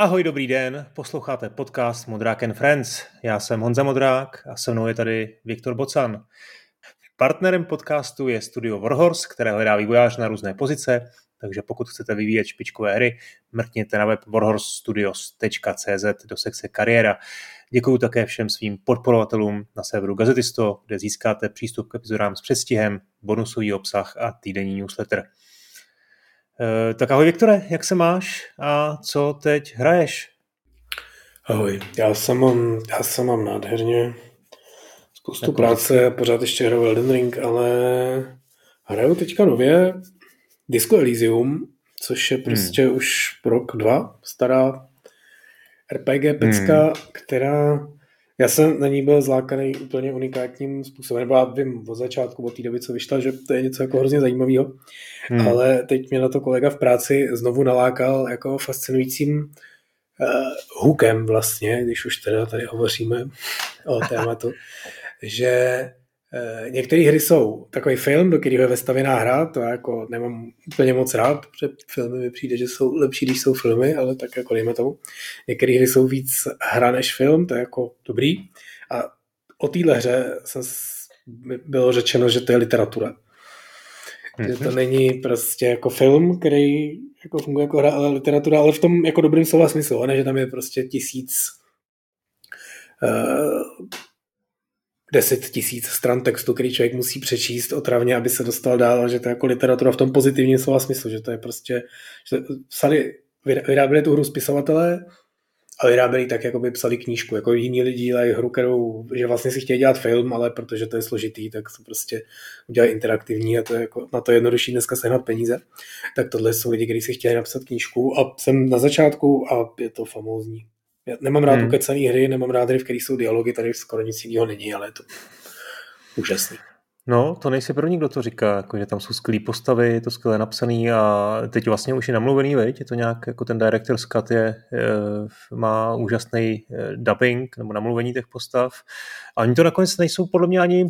Ahoj, dobrý den, posloucháte podcast Modrák and Friends. Já jsem Honza Modrák a se mnou je tady Viktor Bocan. Partnerem podcastu je studio Warhorse, které hledá vývojáře na různé pozice, takže pokud chcete vyvíjet špičkové hry, mrkněte na web warhorsestudios.cz do sekce kariéra. Děkuji také všem svým podporovatelům na serveru Gazetisto, kde získáte přístup k epizodám s předstihem, bonusový obsah a týdenní newsletter. Tak ahoj Viktore, jak se máš a co teď hraješ? Ahoj, já se mám nádherně, spoustu práce, pořád ještě hraju Elden Ring, ale hraju teďka nově Disco Elysium, což je prostě už rok, dva stará RPG pecka, která, já jsem na ní byl zlákaný úplně unikátním způsobem, nebo já vím od začátku, od té doby, co vyšla, že to je něco jako hrozně zajímavého, ale teď mě na to kolega v práci znovu nalákal jako fascinujícím hookem vlastně, když už teda tady hovoříme o tématu, že některé hry jsou takový film, do kterého je vestavěná hra, to já jako nemám úplně moc rád, protože filmy mi přijde, že jsou lepší, když jsou filmy, ale tak jako dejme tomu. Některé hry jsou víc hra než film, to je jako dobrý. A o téhle hře bylo řečeno, že to je literatura. Že to není prostě jako film, který jako funguje jako hra, ale literatura, ale v tom jako dobrým slova smyslu, ne, že tam je prostě 10 000 stran textu, který člověk musí přečíst otravně, aby se dostal dál, a že to je jako literatura v tom pozitivním slova smyslu, že to je prostě, že vyráběli tu hru spisovatelé a vyráběli tak, jako by psali knížku, jako jiní lidi dělají hru, kterou, že vlastně si chtějí dělat film, ale protože to je složitý, tak to prostě udělají interaktivní a to je jako, na to je jednodušší dneska sehnat peníze. Tak tohle jsou lidi, kteří si chtějí napsat knížku a jsem na začátku a je to famózní. Já nemám rád ukecaný hry, nemám rád hry, v kterých jsou dialogy, tady skoro nic jiného není, ale je to úžasný. No, to nejsi první, kdo to říká, jako, že tam jsou skvělý postavy, je to skvěle napsaný a teď vlastně už je namluvený, veď? Je to nějak, jako ten director's cut má úžasný dubbing nebo namluvení těch postav a oni to nakonec nejsou podle mě ani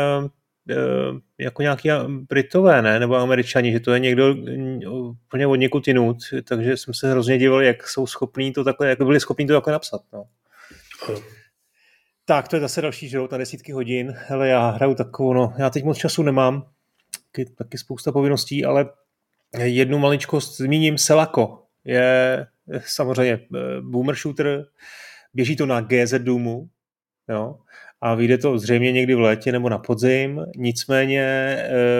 jako nějaký Britové, ne? Nebo Američani, že to je někdo úplně od někud jinut, takže jsem se hrozně divil, jak jsou schopní to takhle, jak byli schopní to takhle napsat, no. Tak, to je zase další život na desítky hodin. Hele, já hraju takovou, no, já teď moc času nemám, taky spousta povinností, ale jednu maličkost zmíním, Selako. Je samozřejmě boomer shooter, běží to na GZ Doomu, jo, a vyjde to zřejmě někdy v létě nebo na podzim, nicméně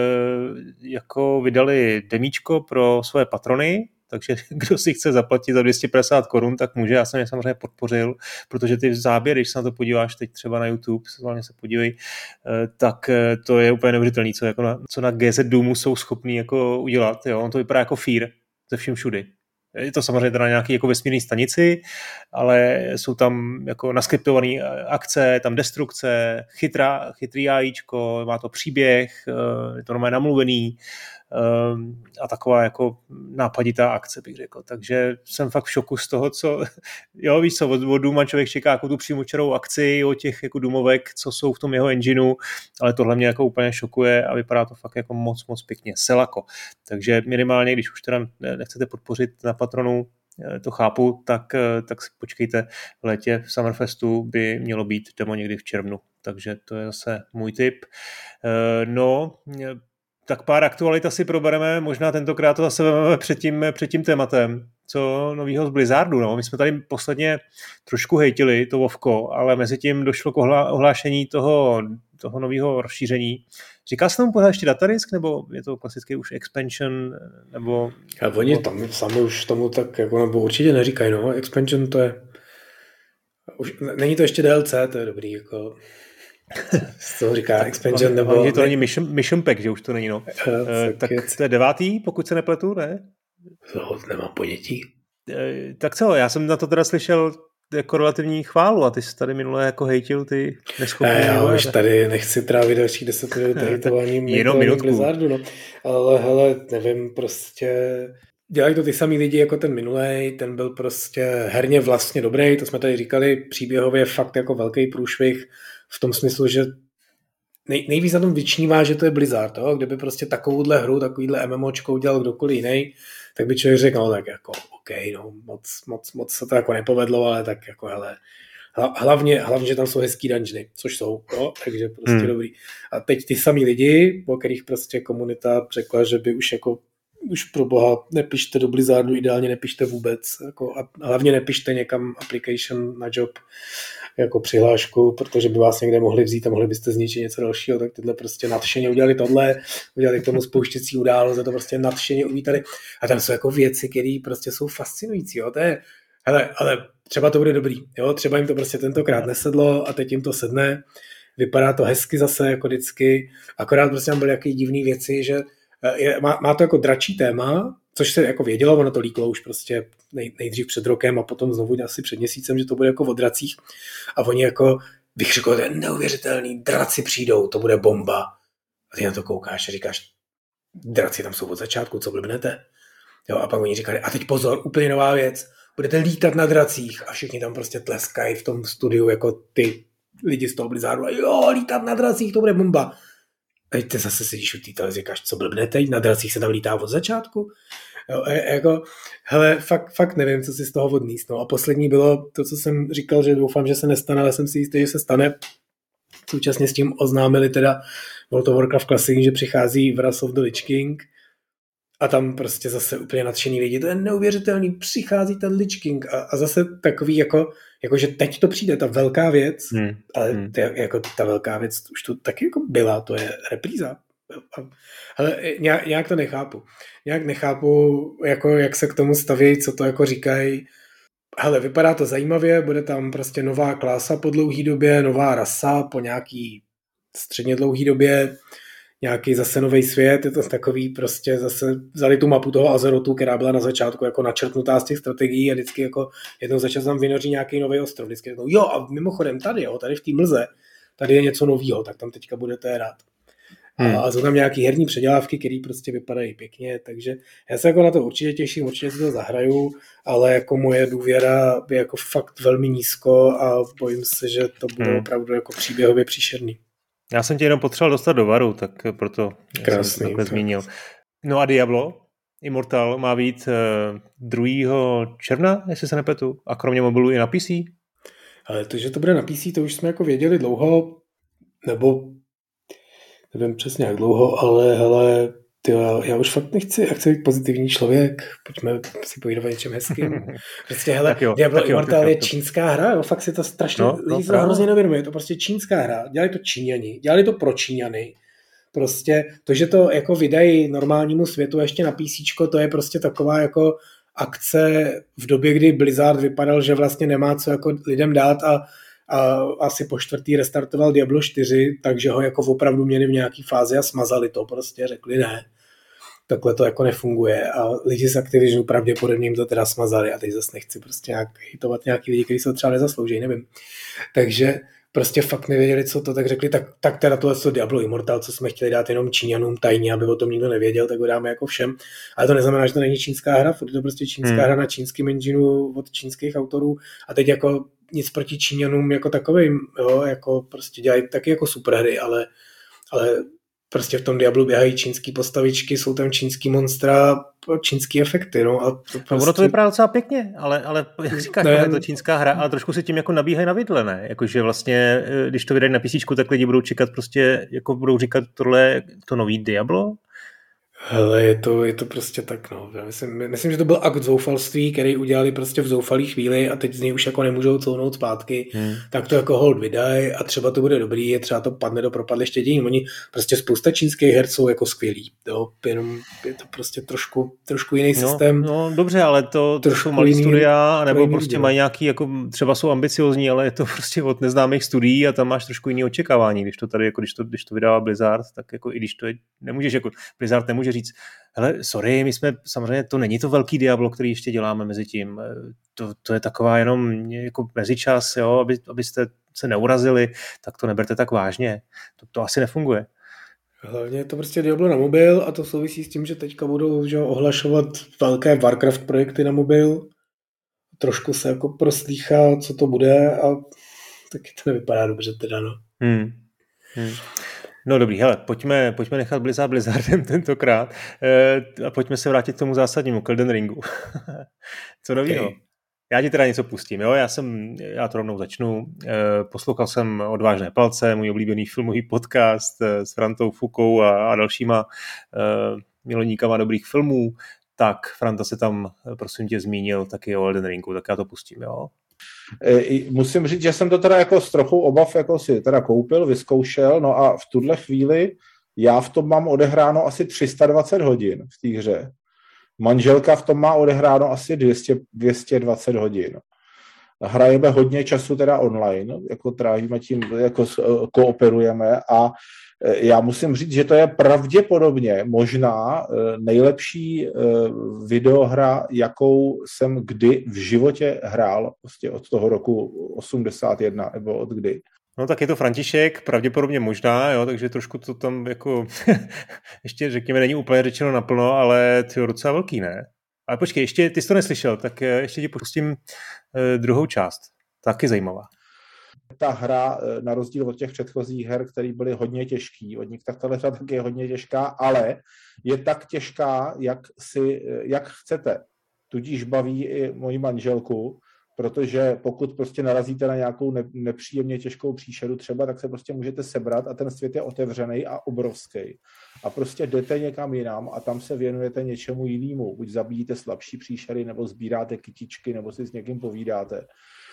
jako vydali demíčko pro své patrony, takže kdo si chce zaplatit za 250 korun, tak může. Já jsem je samozřejmě podpořil, protože ty záběry, když se na to podíváš teď třeba na YouTube, se podívej, tak to je úplně neuvěřitelný, co na GZ Doomu jsou schopní jako udělat. Jo? On to vypadá jako Fear ze vším všudy. Je to samozřejmě teda nějaký jako vesmírný stanici, ale jsou tam jako naskriptované akce, tam destrukce, chytrý AIčko, má to příběh, je to normálně namluvený a taková jako nápaditá akce, bych řekl. Takže jsem fakt v šoku z toho, co, jo, víš co, od Dooma člověk čeká jako tu přímočarou akci od těch jako Doomovek, co jsou v tom jeho engineu, ale tohle mě jako úplně šokuje a vypadá to fakt jako moc pěkně. Selako. Takže minimálně, když už teda nechcete podpořit na Patronu, to chápu, tak si počkejte, v létě v Summerfestu by mělo být demo někdy v červnu. Takže to je zase můj tip. No, tak pár aktualit asi probereme, možná tentokrát to zase vezmeme před tím tématem. Co novýho z Blizzardu, no? My jsme tady posledně trošku hejtili to Vovko, ale mezi tím došlo k ohlášení toho nového rozšíření. Říká se tomu pořád ještě datadisk, nebo je to klasický už expansion, nebo... A oni tam sami už tomu tak, jako, nebo určitě neříkají, no, expansion to je... Už, není to ještě DLC, to je dobrý, jako... Z toho říká expansion, nebo... To není mission pack, že už to není, no. Tak to je 9., pokud se nepletu, ne? To nemám ponětí. Tak co, já jsem na to teda slyšel jako relativní chválu a ty jsi tady minule jako hejtil ty neschopný. Já už tady nechci trávit dalších 10 minut hejtováním Blizzardu, no. Ale hele, nevím, prostě... Dělají to ty samý lidi jako ten minulej, ten byl prostě herně vlastně dobrý, to jsme tady říkali, příběhově fakt jako velký průšvih v tom smyslu, že nejvíc na tom vyčnívá, že to je Blizzard, jo? Kdyby prostě takovouhle hru, takovýhle MMOčko udělal kdokoliv jiný, tak by člověk řekl, no tak jako OK, no moc se to jako nepovedlo, ale tak jako hele, hlavně, že tam jsou hezký dungeony, což jsou, jo? Takže prostě dobrý. A teď ty samý lidi, po kterých prostě komunita řekla, že by už pro boha nepište do Blizzardu, ideálně nepište vůbec, jako, a hlavně nepište někam application na job jako přihlášku, protože by vás někde mohli vzít a mohli byste zničit něco dalšího, tak tyhle prostě nadšeně udělali tohle, udělali k tomu spouštěcí událost, za to prostě nadšeně uvítali. A tam jsou jako věci, které prostě jsou fascinující, jo, to je, hele, ale třeba to bude dobrý, jo, třeba jim to prostě tentokrát nesedlo a teď jim to sedne, vypadá to hezky zase, jako vždycky, akorát prostě tam byly jaký divný věci, že má to jako dračí téma, což se jako vědělo, ono to líklo už prostě nejdřív před rokem a potom znovu asi před měsícem, že to bude jako o dracích. A oni jako, bych řekl, to je neuvěřitelný, draci přijdou, to bude bomba. A ty na to koukáš a říkáš, draci tam jsou od začátku, co blbnete? Jo, a pak oni říkali, a teď pozor, úplně nová věc, budete lítat na dracích a všichni tam prostě tleskají v tom studiu jako ty lidi z toho Blizzardu a jo, lítat na dracích, to bude bomba. A ty zase sedíš u té televize, říkáš, co blbnete, na dracích se tam lítá od začátku. Jo, jako, hele, fakt nevím, co si z toho odníst. No. A poslední bylo to, co jsem říkal, že doufám, že se nestane, ale jsem si jistý, že se stane. Současně s tím oznámili teda World of Warcraft Classic, že přichází Wrath of the Lich King a tam prostě zase úplně nadšený lidi. To je neuvěřitelný, přichází ten Lich King a zase takový jako že teď to přijde, ta velká věc, ale jako ta velká věc už to taky jako byla, to je repríza. Ale nějak to nechápu. Nějak nechápu, jako jak se k tomu staví, co to jako říkají. Hele, vypadá to zajímavě, bude tam prostě nová klasa po dlouhý době, nová rasa po nějaký středně dlouhý době, nějaký zase nový svět, je to takový prostě zase vzali tu mapu toho Azerotu, která byla na začátku jako načrtnutá z těch strategií a vždycky jako jednou za čas tam vynoří nějaký nový ostrov. Vždycky řeknou, jo a mimochodem tady v té mlze, tady je něco novýho, tak tam teďka budete hrát. A jsou tam nějaký herní předělávky, které prostě vypadají pěkně, takže já se jako na to určitě těším, určitě si to zahraju, ale jako moje důvěra je jako fakt velmi nízko a bojím se, že to bude opravdu jako příběhově příšerný. Já jsem tě jenom potřeboval dostat do varu, tak proto jsem to takhle zmínil. No a Diablo Immortal má být 2. června, jestli se nepletu, a kromě mobilu i na PC? Ale to, že to bude na PC, to už jsme jako věděli dlouho, nebo nevím přesně jak dlouho, ale hele, já už fakt nechci, já chci být pozitivní člověk, pojďme si povídat o něčem hezkým. Prostě hele, Diablo Immortal je čínská hra, jo, fakt si to strašně, lidi se hrozně nevědomí, je to prostě čínská hra, dělali to Číňani, dělali to pro Číňany, prostě to, že to jako vydají normálnímu světu ještě na PCčko, to je prostě taková jako akce v době, kdy Blizzard vypadal, že vlastně nemá co jako lidem dát a asi po 4. restartoval Diablo 4, takže ho jako opravdu měli v nějaký fázi a smazali to, prostě řekli ne, takhle to jako nefunguje a lidi z Activisionu pravděpodobně jim to teda smazali a teď zase nechci prostě nějak hitovat nějaký lidi, kteří se to třeba nezaslouží, nevím. Takže prostě fakt nevěděli, co to, tak řekli, tak teda tohle Diablo Immortal, co jsme chtěli dát jenom Číňanům tajně, aby o tom nikdo nevěděl, tak ho dáme jako všem. Ale to neznamená, že to není čínská hra, je to prostě čínská hra na čínském engineu od čínských autorů a teď jako nic proti Číňanům jako takovým, jo, jako prostě dělají taky jako superhry, ale prostě v tom Diablu běhají čínský postavičky, jsou tam čínský monstra, čínský efekty, no. A to prostě... ono to vypadá docela pěkně, ale jak říkáš, je to čínská hra, ale trošku se tím jako nabíhají na vidle, ne? Jakože vlastně, když to vydají na PCčku, tak lidi budou čekat prostě, jako budou říkat tohle, to nový Diablo? Hele, je to prostě tak, no. Myslím, že to byl akt zoufalství, který udělali prostě v zoufalý chvíli a teď z něj už jako nemůžou couvnout zpátky, tak to jako hold vydají a třeba to bude dobrý, třeba to padne do propadliště dějin. Oni prostě spousta čínských herců jako skvělí, jo, jenom je to prostě trošku jiný systém. No dobře, ale to jsou malý studia, nebo prostě mají nějaký, jako třeba jsou ambiciozní, ale je to prostě od neznámých studií a tam máš trošku jiný očekávání, když to tady, jako když to vydává Blizzard, tak jako i když to je, nemůžeš, jako Blizzard nemůže říct, hele, sorry, my jsme, samozřejmě to není to velký Diablo, který ještě děláme mezi tím, to je taková jenom jako mezičas, jo, abyste se neurazili, tak to neberte tak vážně, to asi nefunguje. Hlavně je to prostě Diablo na mobil a to souvisí s tím, že teďka budou ohlašovat velké Warcraft projekty na mobil, trošku se jako proslýchá, co to bude a taky to nevypadá dobře teda, no. No dobrý, hele, pojďme nechat Blizzardem tentokrát a pojďme se vrátit k tomu zásadnímu, k Elden Ringu. Co novýho? Okay. Já ti teda něco pustím, jo? Já to rovnou začnu. Poslouchal jsem Odvážné palce, můj oblíbený filmový podcast s Frantou Fukou a dalšíma milovníkama dobrých filmů. Tak Franta se tam, prosím tě, zmínil taky o Elden Ringu, tak já to pustím, jo? Musím říct, že jsem to teda jako s trochou obav jako si teda koupil, vyzkoušel, no a v tuhle chvíli já v tom mám odehráno asi 320 hodin v té hře. Manželka v tom má odehráno asi 220 hodin. Hrajeme hodně času teda online, jako trávíme tím, jako kooperujeme a já musím říct, že to je pravděpodobně možná nejlepší videohra, jakou jsem kdy v životě hrál, prostě od toho roku 81, nebo od kdy. No tak je to František, pravděpodobně možná, jo, takže trošku to tam jako ještě řekněme není úplně řečeno naplno, ale to je docela velký, ne? Ale počkej, ještě ty jsi to neslyšel, tak ještě ti pustím druhou část, taky zajímavá. Ta hra, na rozdíl od těch předchozích her, které byly hodně těžký, od nich tak tahle hra taky je hodně těžká, ale je tak těžká, jak chcete. Tudíž baví i moji manželku, protože pokud prostě narazíte na nějakou nepříjemně těžkou příšeru třeba, tak se prostě můžete sebrat a ten svět je otevřený a obrovský. A prostě jdete někam jinam a tam se věnujete něčemu jinému. Buď zabíjíte slabší příšery, nebo sbíráte kytičky, nebo si s někým povídáte.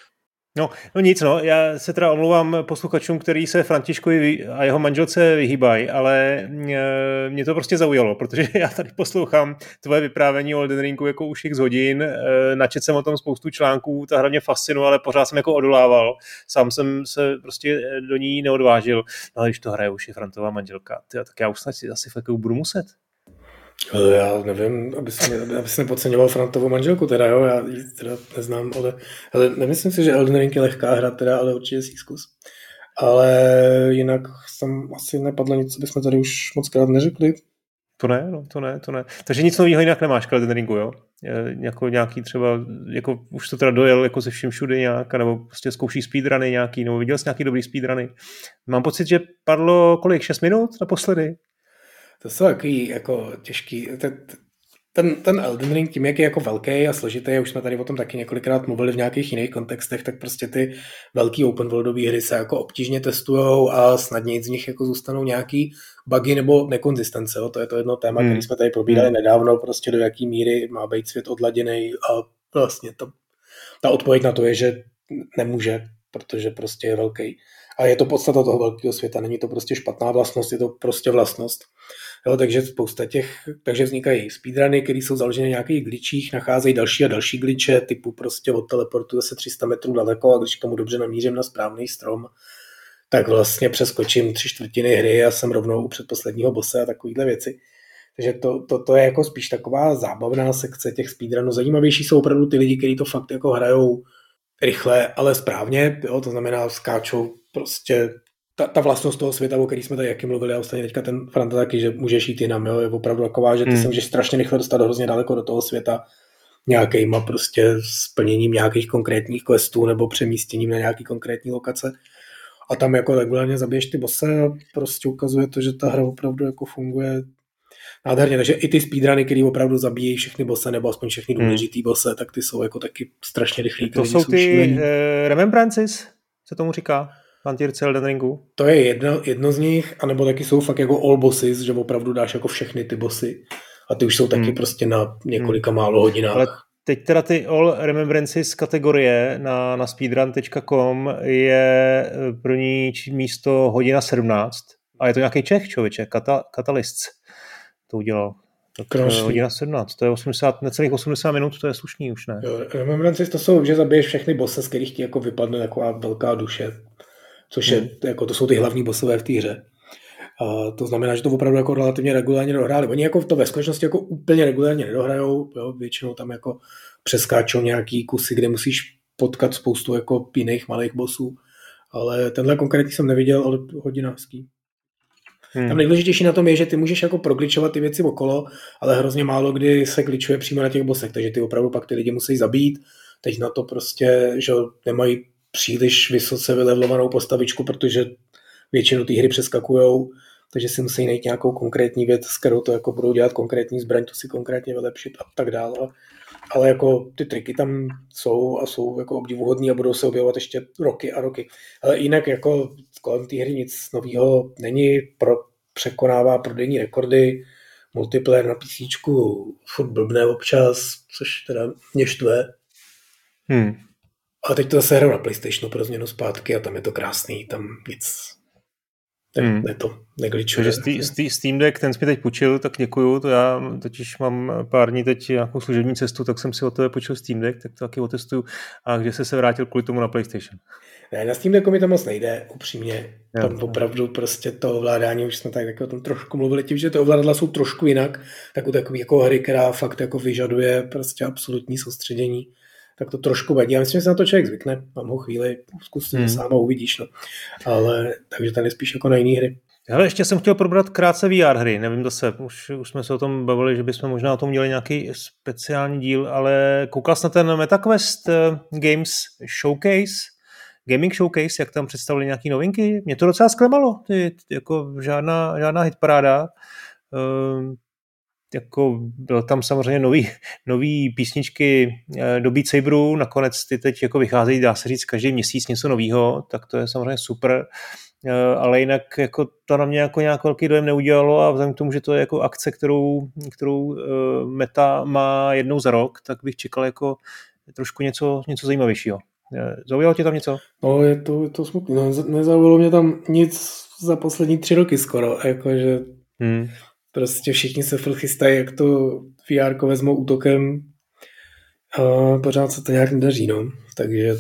No nic, já se teda omlouvám posluchačům, který se Františkovi a jeho manželce vyhýbají, ale mě to prostě zaujalo, protože já tady poslouchám tvoje vyprávění o Elden Ringu jako už x hodin, načetl jsem o tom spoustu článků, ta hra mě fascinuje, ale pořád jsem jako odolával, sám jsem se prostě do ní neodvážil, no ale když to hraje už je Frantová manželka, tak já už snad si asi fakt budu muset. Já nevím, abys nepodceňoval Frantovou manželku, teda jo, já ji teda neznám, ale nemyslím si, že Elden Ring je lehká hra, teda, ale určitě si zkus. Ale jinak jsem asi nepadlo nic, co bychom tady už moc krát neřekli. To ne. Takže nic nového jinak nemáš k Elden Ringu, jo? Jako nějaký třeba, jako už to teda dojel jako se vším všude nějak, nebo prostě zkouší speedruny nějaký, nebo viděl jsi nějaký dobrý speedruny. Mám pocit, že padlo kolik, 6 minut naposledy? To jsou takový jako těžký. Ten Elden Ring tím, jak je jako velký a složitý, už jsme tady o tom taky několikrát mluvili v nějakých jiných kontextech, tak prostě ty velký open worldové hry se jako obtížně testujou a snadněji z nich jako zůstanou nějaký bugy nebo nekonzistence. To je to jedno téma, který jsme tady probírali nedávno, prostě do jaký míry má být svět odladěný a vlastně ta odpověď na to je, že nemůže, protože prostě je velký. A je to podstata toho velkého světa, není to prostě špatná vlastnost, je to prostě vlastnost. Jo, takže takže vznikají speedruny, které jsou založeny na nějakých glitchích, nacházejí další a další glitche, typu prostě od teleportu zase 300 metrů daleko a když k tomu dobře namířím na správný strom, tak vlastně přeskočím 3/4 hry a jsem rovnou u předposledního bosse a takovýhle věci. Takže to je jako spíš taková zábavná sekce těch speedrunů. Zajímavější jsou opravdu ty lidi, kteří to fakt jako hrajou rychle, ale správně, jo, to znamená skáčou prostě ta vlastnost toho světa, o který jsme tady jaký mluvili, a ostatně teďka ten Franta taky, že můžeš jít jinam, jo, je opravdu taková, že ty se můžeš strašně rychle dostat hrozně daleko do toho světa nějakýma prostě splněním nějakých konkrétních questů nebo přemístěním na nějaký konkrétní lokace a tam jako regulárně zabiješ ty bosse a prostě ukazuje to, že ta hra opravdu jako funguje nádherně, takže i ty speedruny, který opravdu zabíjejí všechny bosse nebo aspoň všechny důležitý bosse, tak ty jsou jako taky strašně rychlí. To jsou ty Remembrances, se tomu říká? Vantírce Elden Ringu? To je jedno z nich, anebo taky jsou fakt jako all bosses, že opravdu dáš jako všechny ty bossy. A ty už jsou taky prostě na několika málo hodinách. Ale teď teda ty All Remembrances kategorie na speedrun.com je pro ní místo hodina 17. A je to nějaký Čech, člověče, Catalysts to udělal. Tak hodina 17, to je necelých 80 minut, to je slušný už, ne? Jo, Remembrances to jsou, že zabiješ všechny bosse, z kterých ti jako vypadne taková velká duše. Což je, jako to jsou ty hlavní bossové v té hře. A to znamená, že to opravdu jako relativně regulárně dohráli. Oni jako to ve skutečnosti jako úplně regulárně nedohrajou, jo? Většinou tam jako přeskáčou nějaký kusy, kde musíš potkat spoustu jako jiných malých bossů. Ale tenhle konkrétní jsem neviděl, ale hodinářský. Tam nejdůležitější na tom je, že ty můžeš jako progličovat ty věci okolo, ale hrozně málo kdy se kličuje přímo na těch bossech, takže ty opravdu pak ty lidi musí zabít. Teď na to prostě, že nemají příliš vysoce vylevlovanou postavičku, protože většinu té hry přeskakujou, takže si musí najít nějakou konkrétní věc, s kterou to jako budou dělat konkrétní zbraň, to si konkrétně vylepšit a tak dále. Ale jako ty triky tam jsou a jsou jako obdivuhodný a budou se objevovat ještě roky a roky. Ale jinak jako kolem té hry nic nového není, překonává prodejní rekordy, multiplayer na PCčku furt blbne občas, což teda mě štve. A teď to zase hraju na PlayStationu pro změnu zpátky a tam je to krásný, tam nic negličuje. Takže Steam Deck, ten jsi mi teď půjčil, tak děkuju, to já totiž mám pár dní teď nějakou služební cestu, tak jsem si od tebe půjčil Steam Deck, tak to taky otestuju. A kde se vrátil kvůli tomu na PlayStation? Ne, na Steam Decku mi to moc nejde, upřímně. Tam opravdu prostě to ovládání, už jsme tak o tom trošku mluvili, tím, že ty ovládadla jsou trošku jinak, tak u takový jako hry, která fakt jako vyžaduje prostě absolutní soustředění, tak to trošku vadí. Já myslím, že se na to člověk zvykne, mám ho chvíli, zkus to sám a uvidíš. No. Ale takže ten je spíš jako na jiný hry. Hele, ještě jsem chtěl probrat krátce VR hry, nevím zase, už jsme se o tom bavili, že bychom možná o tom měli nějaký speciální díl, ale koukal jsi na ten MetaQuest Games Showcase, Gaming Showcase, jak tam představili nějaký novinky? Mě to docela zklamalo, jako žádná hitparáda. Jako byl tam samozřejmě nový písničky do Beat Saberu, nakonec ty teď jako vycházejí, dá se říct, každý měsíc něco novýho, tak to je samozřejmě super, ale jinak jako to na mě jako nějak velký dojem neudělalo a vzhledem k tomu, že to je jako akce, kterou Meta má jednou za rok, tak bych čekal jako trošku něco zajímavějšího. Zaujalo tě tam něco? No, je to smutný. No, nezaujalo mě tam nic za poslední 3 roky skoro, jakože prostě všichni se furt chystají, jak to VR vezmou útokem a pořád se to nějak nedaří, no. Takže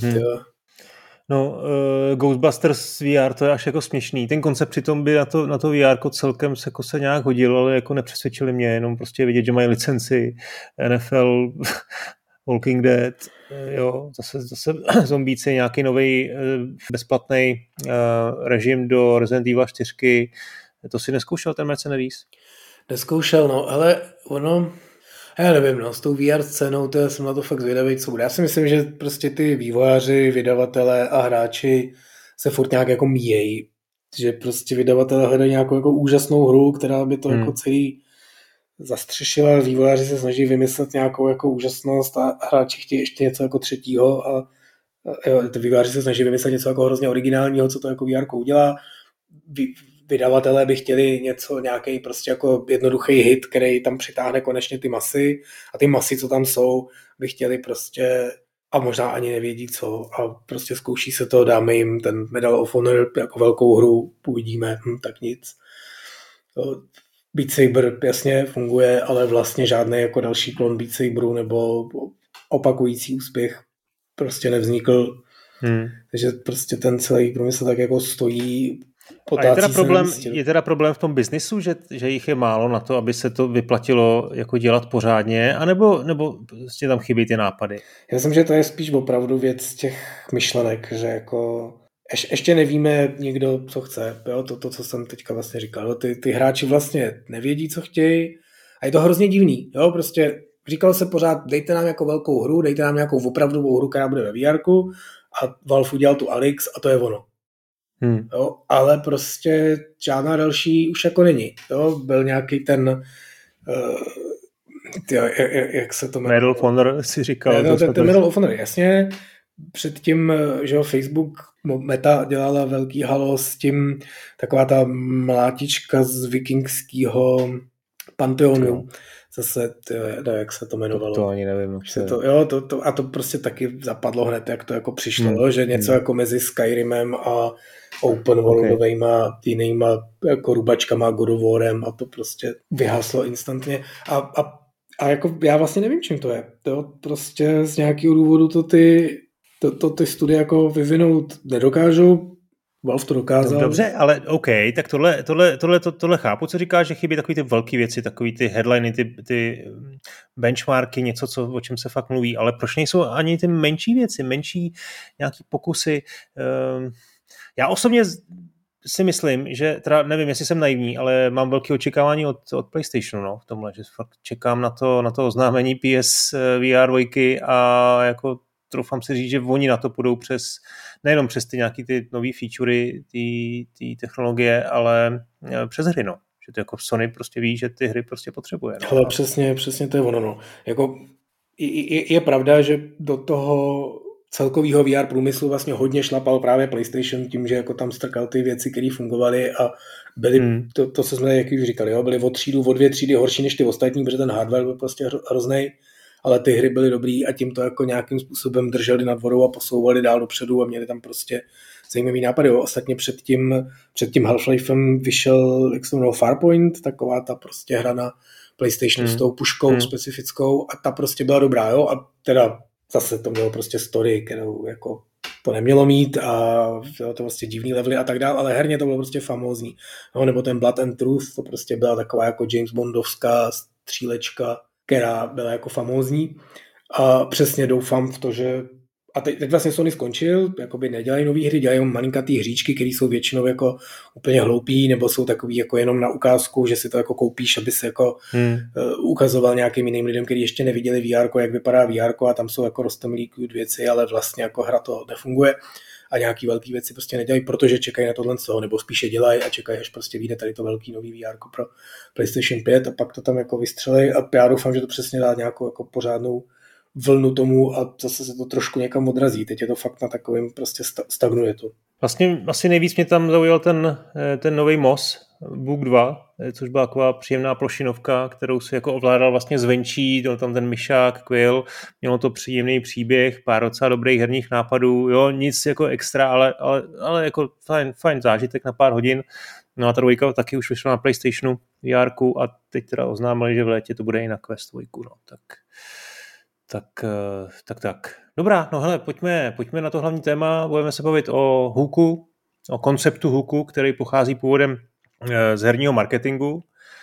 No, Ghostbusters VR, to je až jako směšný. Ten koncept přitom by na to VR celkem se nějak hodil, ale jako nepřesvědčili mě, jenom prostě vidět, že mají licenci NFL, Walking Dead, jo, zase zombíci, nějaký nový bezplatný režim do Resident Evil 4. To si neskoušel ten Mercenaries? Neskoušel, no, ale ono, já nevím, no, s tou VR scénou, to já jsem na to fakt zvědavý, co bude. Já si myslím, že prostě ty vývojáři, vydavatelé a hráči se furt nějak jako míjejí, že prostě vydavatelé hledají nějakou jako úžasnou hru, která by to jako celý zastřešila, vývojáři se snaží vymyslet nějakou jako úžasnost a hráči chtějí ještě něco jako třetího a ty vývojáři se snaží vymyslet něco jako hrozně originálního, co to jako VR udělá. Vydavatelé by chtěli nějaký prostě jako jednoduchý hit, který tam přitáhne konečně ty masy a ty masy, co tam jsou, by chtěli prostě a možná ani nevědí co a prostě zkouší se to, dáme jim ten Medal of Honor jako velkou hru, uvidíme, tak nic. Beat Saber jasně funguje, ale vlastně žádný jako další klon Beat Saberu nebo opakující úspěch prostě nevznikl. Takže prostě ten celý průmysl tak jako stojí. A je teda problém v tom biznisu, že jich je málo na to, aby se to vyplatilo jako dělat pořádně, nebo prostě tam chybí ty nápady? Já myslím, že to je spíš opravdu věc těch myšlenek, že jako ještě nevíme nikdo, co chce. Jo? To, co jsem teďka vlastně říkal. Ty hráči vlastně nevědí, co chtějí a je to hrozně divný. Jo? Prostě říkalo se pořád, dejte nám jako velkou hru, dejte nám nějakou opravdovou hru, která bude ve VRku a Valve udělal tu Alyx a to je ono. Jo? Ale prostě žádná další už jako není. Jo? Byl nějaký ten jak se to jmenuje? Medal of Honor si říkal. Ten Medal of Honor, jasně. Předtím, že Facebook Meta dělala velký halo s tím, taková ta mlátička z vikingského Pantheonu. Zase, jak se to jmenovalo. To ani nevím. A to prostě taky zapadlo hned, jak to jako přišlo, že něco jako mezi Skyrimem a open worldovejma jinýma jako rubačkama, God of Warem a to prostě vyhaslo instantně. A jako já vlastně nevím, čím to je. To prostě z nějakého důvodu to ty studie jako vyvinout nedokážou. Valve to dokázal. Dobře, ale OK, tak tohle chápu, co říkáš, že chybí takový ty velké věci, takový ty headliny, ty benchmarky, něco, o čem se fakt mluví, ale proč nejsou ani ty menší věci, menší nějaký pokusy? Já osobně si myslím, že teda nevím, jestli jsem naivní, ale mám velké očekávání od PlayStationu, no, v tomhle, že fakt čekám na to oznámení PS VR 2 a jako troufám si říct, že oni na to půjdou nejenom přes ty nějaký ty nový featurey, ty technologie, ale přes hry, no. Že to jako Sony prostě ví, že ty hry prostě potřebuje. No. Ale přesně to je ono, no. Jako je pravda, že do toho celkového VR průmyslu vlastně hodně šlapal právě PlayStation tím, že jako tam strkal ty věci, které fungovaly a byly, to co jsme jak už říkali, jo, byly o 2 třídy horší než ty ostatní, protože ten hardware byl prostě hroznej, ale ty hry byly dobrý a tím to jako nějakým způsobem drželi nad vodou a posouvali dál dopředu a měli tam prostě zajímavý nápady. Jo. Ostatně před tím Half-Lifem vyšel, jak se jmenuje, Farpoint, taková ta prostě hra na PlayStation s tou puškou specifickou a ta prostě byla dobrá, jo, a teda zase to mělo prostě story, kterou jako to nemělo mít a to prostě divný levely a tak dál, ale herně to bylo prostě famózní. No, nebo ten Blood and Truth, to prostě byla taková jako James Bondovská střílečka, která byla jako famózní a přesně doufám v to, že a teď vlastně Sony skončil, jakoby nedělají nový hry, dělají malinkatý hříčky, které jsou většinou jako úplně hloupý, nebo jsou takový jako jenom na ukázku, že si to jako koupíš, aby se jako ukazoval nějakým jiným lidem, kteří ještě neviděli VR, jak vypadá VR a tam jsou jako roztomilý věci, ale vlastně jako hra to nefunguje a nějaký velký věci prostě nedělají, protože čekají na tohle toho, nebo spíše dělají a čekají, až prostě vyjde tady to velký nový VR pro PlayStation 5 a pak to tam jako vystřelej a já doufám, že to přesně dá nějakou jako pořádnou vlnu tomu a zase se to trošku někam odrazí. Teď je to fakt na takovým, prostě stagnuje to. Vlastně asi nejvíc mě tam zaujal ten nový MOS, Book 2, což byla taková příjemná plošinovka, kterou si jako ovládal vlastně zvenčí, byl tam ten myšák, Quill, mělo to příjemný příběh, pár docela dobrých herních nápadů, jo, nic jako extra, ale jako fajn zážitek na pár hodin. No a ta dvojka taky už vyšla na PlayStationu VR a teď teda oznámili, že v létě to bude i na Quest 2, no, tak. Dobrá, no hele, pojďme na to hlavní téma, budeme se bavit o hooku, o konceptu hooku, který pochází původem z herního marketingu,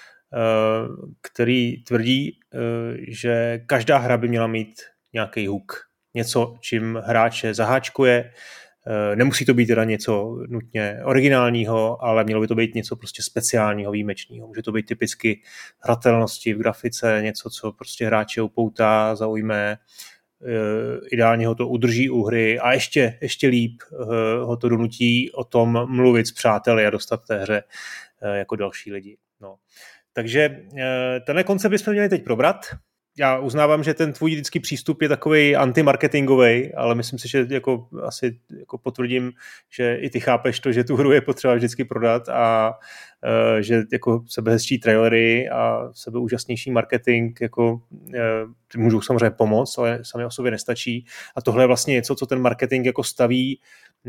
který tvrdí, že každá hra by měla mít nějaký hook, něco, čím hráče zaháčkuje. Nemusí to být teda něco nutně originálního, ale mělo by to být něco prostě speciálního, výjimečného. Může to být typicky hratelnosti v grafice, něco, co prostě hráče upoutá, zaujme, ideálně ho to udrží u hry a ještě líp ho to donutí o tom mluvit s přáteli a dostat té hře jako další lidi. No. Takže tenhle koncept bychom měli teď probrat. Já uznávám, že ten tvůj vždycky přístup je takový antimarketingový, ale myslím si, že jako asi jako potvrdím, že i ty chápeš to, že tu hru je potřeba vždycky prodat a že jako sebehezčí trailery a sebeúžasnější marketing jako můžou samozřejmě pomoct, ale sami o sobě nestačí. A tohle je vlastně něco, co ten marketing jako staví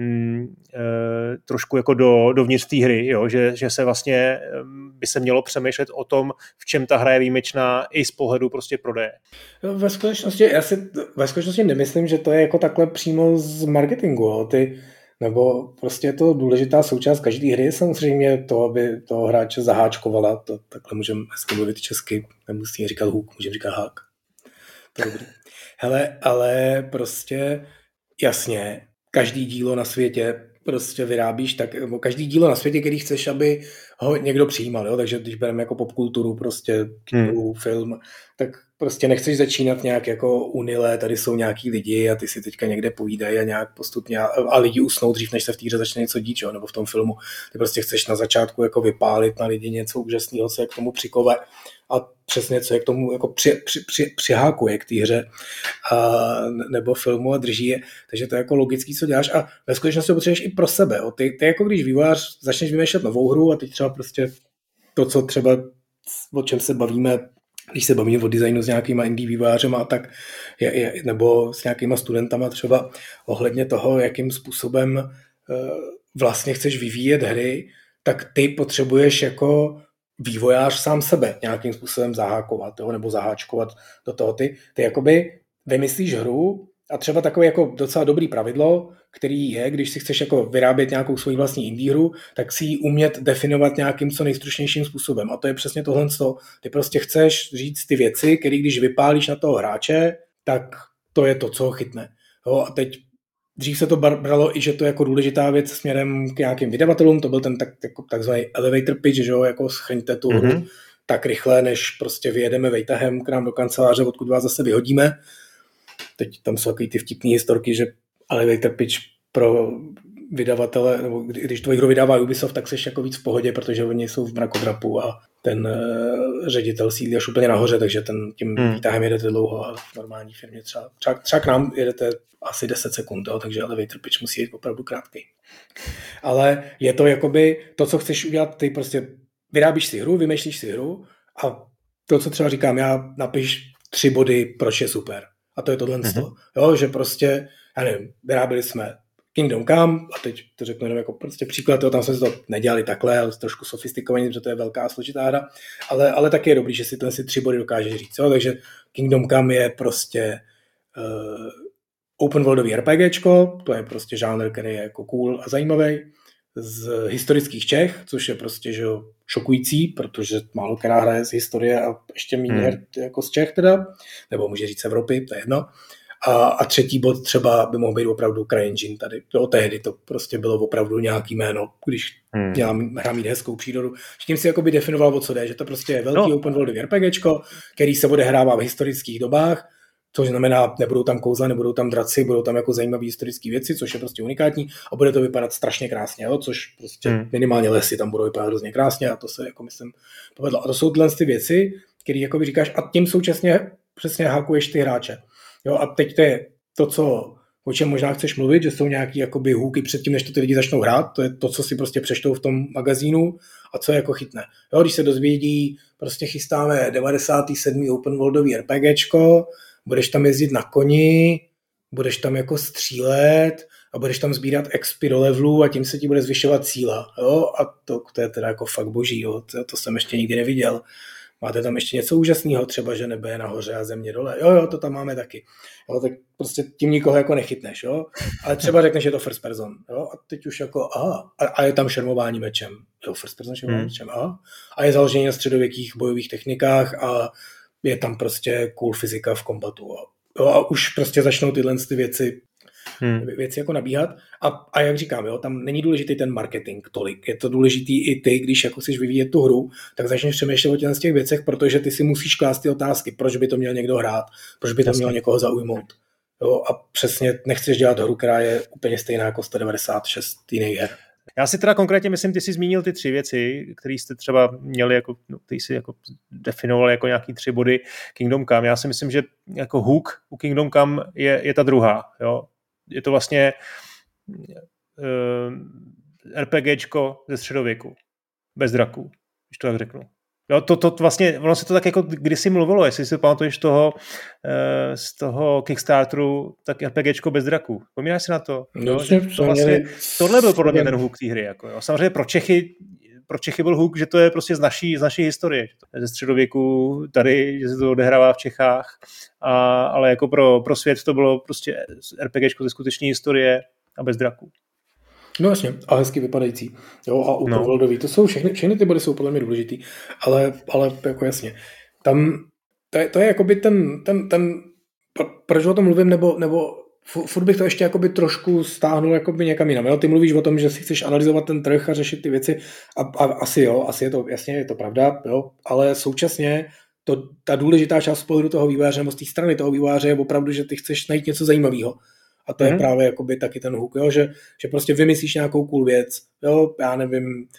trošku jako dovnitř té hry, jo? Že se vlastně by se mělo přemýšlet o tom, v čem ta hra je výjimečná i z pohledu prostě prodeje. Ve skutečnosti nemyslím, že to je jako takhle přímo z marketingu, jo? Nebo prostě je to důležitá součást každé hry, samozřejmě to, aby toho hráče zaháčkovala, to takhle můžeme hezky mluvit česky, nemusíme říkat hook, můžeme říkat hák. To je dobrý. Hele, ale prostě jasně, každý dílo na světě prostě vyrábíš, tak každý dílo na světě, který chceš, aby ho někdo přijímal, jo? Takže když bereme jako popkulturu, prostě knihu, film, tak prostě nechceš začínat nějak jako unile, tady jsou nějaký lidi a ty si teďka někde povídají a nějak postupně a lidi usnou dřív, než se v té hře začne něco dít, jo? Nebo v tom filmu. Ty prostě chceš na začátku jako vypálit na lidi něco úžasného, co je k tomu přikove a přesně co je k tomu jako přihákuje k té hře nebo filmu a drží je. Takže to je jako logický, co děláš a ve skutečnosti to potřebuješ i pro sebe. Jo? Ty jako když vývojář začneš vymýšlet novou hru a teď třeba prostě to, co třeba o čem se bavíme, když se bavíme o designu s nějakýma indie vývojářema, tak nebo s nějakýma studentama třeba ohledně toho, jakým způsobem vlastně chceš vyvíjet hry, tak ty potřebuješ jako vývojář sám sebe nějakým způsobem zahákovat, jo, nebo zaháčkovat do toho. Ty jakoby vymyslíš hru a třeba takové jako docela dobrý pravidlo, který je, když si chceš jako vyrábět nějakou svoji vlastní indie hru, tak si ji umět definovat nějakým co nejstručnějším způsobem. A to je přesně tohle, co ty prostě chceš říct ty věci, které když vypálíš na toho hráče, tak to je to, co ho chytne. Jo, a teď dřív se to bralo i, že to je jako důležitá věc směrem k nějakým vydavatelům, to byl ten takzvaný elevator pitch, že jo, jako schrňte tu hru tak rychle, než prostě vyjedeme vejtahem k nám do kanceláře, odkud vás zase vyhodíme. teď tam jsou takový ty vtipný historky, že elevator pitch pro vydavatele, nebo když tvoji hru vydává Ubisoft, tak jsi jako víc v pohodě, protože oni jsou v mrakodrapu a ten ředitel sídlí až úplně nahoře, takže tím výtahem jedete dlouho a v normální firmě třeba k nám jedete asi 10 sekund, jo, takže elevator pitch musí být opravdu krátký. Ale je to jakoby to, co chceš udělat, ty prostě vyrábíš si hru, vymýšlíš si hru a to, co třeba říkám, já napiš 3 body, proč je super. A to je tohle jo, že prostě, já nevím, vyráběli jsme Kingdom Come, a teď to řeknu jenom jako prostě příklad, jo, tam jsme si to nedělali takhle, ale trošku sofistikovaně, protože to je velká a složitá hra, ale taky je dobrý, že si si 3 body dokážeš říct, jo, takže Kingdom Come je prostě open worldový RPGčko, to je prostě žánr, který je jako cool a zajímavý, z historických Čech, což je prostě že šokující, protože málo která hra je z historie a ještě méně her jako z Čech teda, nebo může říct z Evropy, to je jedno. A třetí bod třeba by mohl být opravdu CryEngine tady. Jo, tehdy to prostě bylo opravdu nějaký jméno, když měla hra mít hezkou přírodu. Tím si jakoby definoval, o co jde, že to prostě je velký open worldový RPGčko, který se odehrává v historických dobách, což znamená, nebudou tam kouzla, nebudou tam draci, budou tam jako zajímavé historické věci, což je prostě unikátní a bude to vypadat strašně krásně, jo? Což prostě minimálně lesy tam budou vypadat hrozně krásně a to se jako myslím povedlo. A to jsou tyhle ty věci, které jako říkáš a tím současně přesně hakuješ ty hráče. Jo? A teď to je to, o čem možná chceš mluvit, že jsou nějaký jakoby hůky předtím, než to ty lidi začnou hrát, to je to, co si prostě přečtou v tom magazínu a co je jako chytne. Jo? Když se dozvědí, prostě chystáme 97. open worldový RPGčko, budeš tam jezdit na koni, budeš tam jako střílet a budeš tam sbírat XP do levelu a tím se ti bude zvyšovat síla. Jo? A to je teda jako fakt boží, jo? To jsem ještě nikdy neviděl. Máte tam ještě něco úžasného, třeba, že nebe je nahoře a země dole. Jo, to tam máme taky. Jo, tak prostě tím nikoho jako nechytneš, jo. Ale třeba řekneš, že je to first person, jo. A teď už jako, a je tam šermování mečem. Jo, first person šermování mečem, a je založený na středověkých bojových technikách a je tam prostě cool fyzika v kombatu. Jo, a už prostě začnou tyhle ty věci jako nabíhat. A jak říkám, jo, tam není důležitý ten marketing tolik. Je to důležitý i ty, když jako chceš vyvíjet tu hru, tak začneš přemýšlet o těch věcech, protože ty si musíš klást ty otázky, proč by to měl někdo hrát, proč by to měl někoho zaujmout. Jo, a přesně nechceš dělat hru, která je úplně stejná jako 196 jiných her. Já si teda konkrétně myslím, ty jsi zmínil ty 3 věci, které jste třeba měli, jako, ty jsi jako definoval jako nějaký 3 body Kingdom Come. Já si myslím, že jako hook u Kingdom Come je ta druhá. Jo. Je to vlastně RPGčko ze středověku, bez draků, když to tak řeknu. Jo, to vlastně, ono se to tak jako kdysi mluvilo, jestli si pamatuješ z toho Kickstarteru, tak RPGčko bez draků. Pomínáš si na to? No, to vlastně, tohle byl podle mě ten hook té hry. Jako, jo. Samozřejmě pro Čechy byl hook, že to je prostě z naší historie. Ze středověku tady, že se to odehrává v Čechách, ale jako pro svět to bylo prostě RPGčko ze skutečné historie a bez draků. No jasně, a hezky vypadající. Jo, a worldový, to jsou všechny ty body jsou podle mě důležitý, ale jako jasně. Tam, to je jakoby ten proč o tom mluvím, nebo furt bych to ještě jakoby trošku stáhnul jakoby někam jinam. Jo? Ty mluvíš o tom, že si chceš analyzovat ten trh a řešit ty věci a asi je to, jasně, je to pravda, jo? Ale současně ta důležitá část pohledu toho vývojáře nebo z té strany toho vývojáře je opravdu, že ty chceš najít něco zajímavého. A to je právě jakoby taky ten hook, jo? Že prostě vymyslíš nějakou cool věc, jo? Já nevím,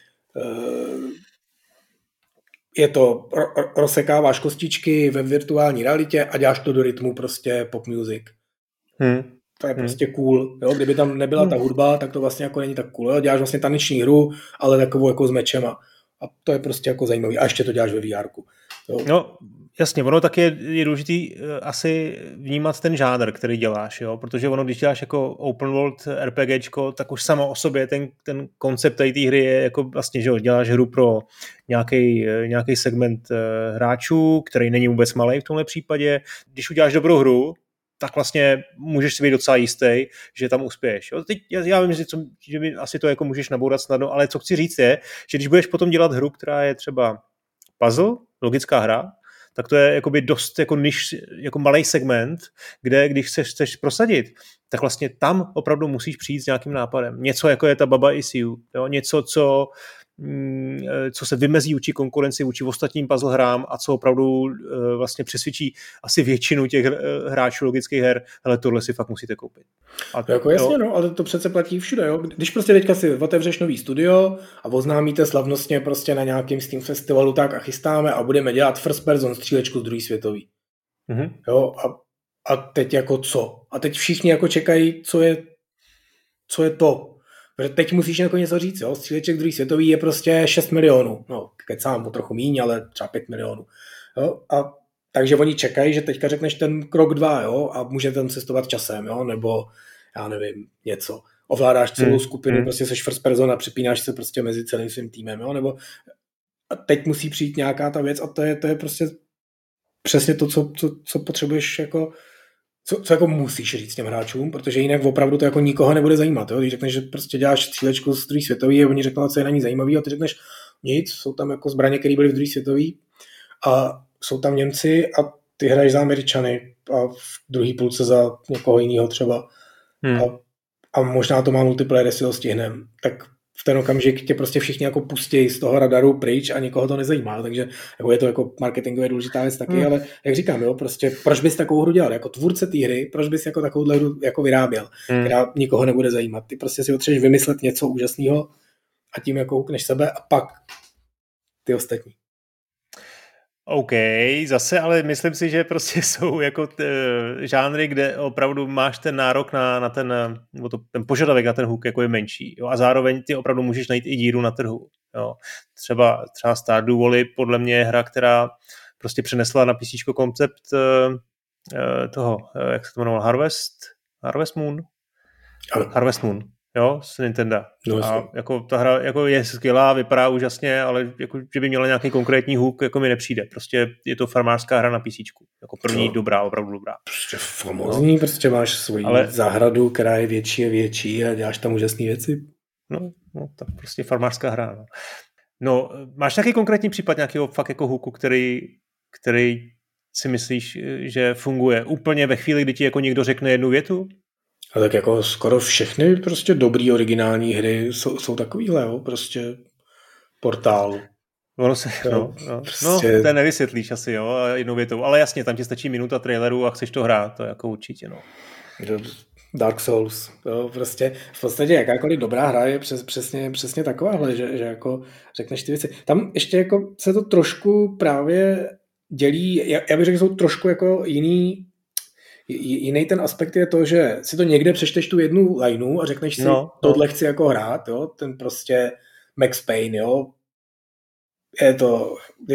je to, rozsekáváš kostičky ve virtuální realitě a děláš to do rytmu prostě pop music. To je prostě cool, jo? Kdyby tam nebyla ta hudba, tak to vlastně jako není tak cool, jo? Děláš vlastně taneční hru, ale takovou jako s mečema. A to je prostě jako zajímavý. A ještě to děláš ve VR-ku. Jo? No, jasně, ono taky je důležitý asi vnímat ten žánr, který děláš, jo? Protože ono, když děláš jako open world RPGčko, tak už samo o sobě ten koncept té hry je jako vlastně, že děláš hru pro nějaký segment hráčů, který není vůbec malý v tomhle případě. Když uděláš dobrou hru, tak vlastně můžeš si být docela jistý, že tam uspěješ. Jo? Teď já vím, že by asi to jako můžeš nabourat snadno, ale co chci říct je, že když budeš potom dělat hru, která je třeba puzzle, logická hra, tak to je jakoby dost jako malý segment, kde když chceš prosadit, tak vlastně tam opravdu musíš přijít s nějakým nápadem. Něco jako je ta Baba Is You, jo? Něco, co co se vymezí vůči konkurenci, vůči ostatním puzzle hrám a co opravdu vlastně přesvědčí asi většinu těch hráčů logických her, ale tohle si fakt musíte koupit. A jako jasně, no, ale to přece platí všude, jo. Když prostě teďka si otevřeš nový studio a oznámíte slavnostně prostě na nějakým Steam festivalu tak a chystáme a budeme dělat first person střílečku z druhé světové. Mm-hmm. Jo, a teď jako co? A teď všichni jako čekají, co je to. Protože teď musíš jako něco říct, jo. Stříleček druhý světový je prostě 6 milionů. No, kecám o trochu míň, ale třeba 5 milionů. Jo, a takže oni čekají, že teďka řekneš ten krok 2, jo, a můžete tam cestovat časem, jo, nebo já nevím, něco. Ovládáš celou skupinu, prostě seš first person a přepínáš se prostě mezi celým svým týmem, jo, nebo a teď musí přijít nějaká ta věc a to je prostě přesně to, co potřebuješ jako, co jako musíš říct těm hráčům, protože jinak opravdu to jako nikoho nebude zajímat, jo, když řekneš, že prostě děláš střílečku z druhé světové a oni řeknou, co je na ní zajímavý a ty řekneš nic, jsou tam jako zbraně, které byly v druhé světové a jsou tam Němci a ty hraješ za Američany a v druhé půlce za někoho jiného třeba. A možná to má multiplayer, jestli ho stihnem. Tak v ten okamžik tě prostě všichni jako pustí z toho radaru pryč a nikoho to nezajímá. Takže jako je to jako marketingově důležitá věc taky, ale jak říkám, jo, prostě proč bys takovou hru dělal? Jako tvůrce té hry, proč bys jako takovouhle hru jako vyráběl, která nikoho nebude zajímat? Ty prostě si potřebuješ vymyslet něco úžasného a tím jako hukneš sebe a pak ty ostatní. OK, zase, ale myslím si, že prostě jsou jako žánry, kde opravdu máš ten nárok na ten, nebo ten požadavek na ten hook jako je menší. Jo? A zároveň ty opravdu můžeš najít i díru na trhu. Jo? Třeba Stardew Valley podle mě je hra, která prostě přenesla na PC koncept toho, jak se to jmenovalo, Harvest Moon? Harvest Moon. Jo, z Nintendo. No, a jako ta hra jako je skvělá, vypadá úžasně, ale jako, že by měla nějaký konkrétní hook, jako mi nepřijde. Prostě je to farmářská hra na PC. Jako první dobrá, opravdu dobrá. Prostě famózní, no. Prostě máš svoji zahradu, která je větší a děláš tam úžasné věci. No, tak prostě farmářská hra. No, máš nějaký konkrétní případ nějakého fakt jako hooku, který si myslíš, že funguje úplně ve chvíli, kdy ti jako někdo řekne jednu větu? A tak jako skoro všechny prostě dobrý originální hry jsou takovýhle, jo, prostě Portál. Ono se, prostě... to nevysvětlíš asi, jo, jednou větou, ale jasně, tam ti stačí minuta traileru a chceš to hrát, to jako určitě, no. Dark Souls, jo, prostě v podstatě jakákoliv dobrá hra je přesně takováhle, že jako řekneš ty věci. Tam ještě jako se to trošku právě dělí, já bych řekl, že jsou trošku jako jiný ten aspekt je to, že si to někde přečteš tu jednu lineu a řekneš si, tohle chci jako hrát, jo, ten prostě Max Payne, jo, je to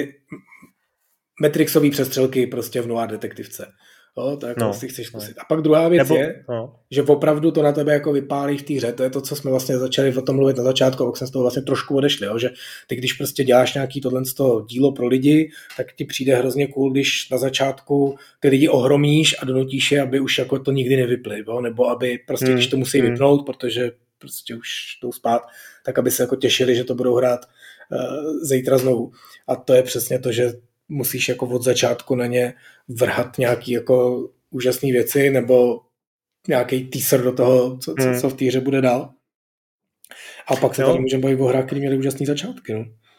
Matrixový přestřelky prostě v noir detektivce. Jo, to jako si chceš zkusit. A pak druhá věc je, že opravdu to na tebe jako vypálí v té hře. To je to, co jsme vlastně začali o tom mluvit na začátku, a jsme z toho vlastně trošku odešli. Jo? Že ty, když prostě děláš nějaký tohle dílo pro lidi, tak ti přijde hrozně cool, když na začátku ty lidi ohromíš a donutíš je, aby už jako to nikdy nevypli. Jo? Nebo aby prostě, když to musí vypnout, protože prostě už jdou spát, tak aby se jako těšili, že to budou hrát zítra znovu. A to je přesně to, že musíš jako od začátku na ně vrhat nějaký jako úžasné věci nebo nějaký teaser do toho, co v té hře bude dál. A pak se tady můžeme bavit o hrách, které měly úžasné začátky.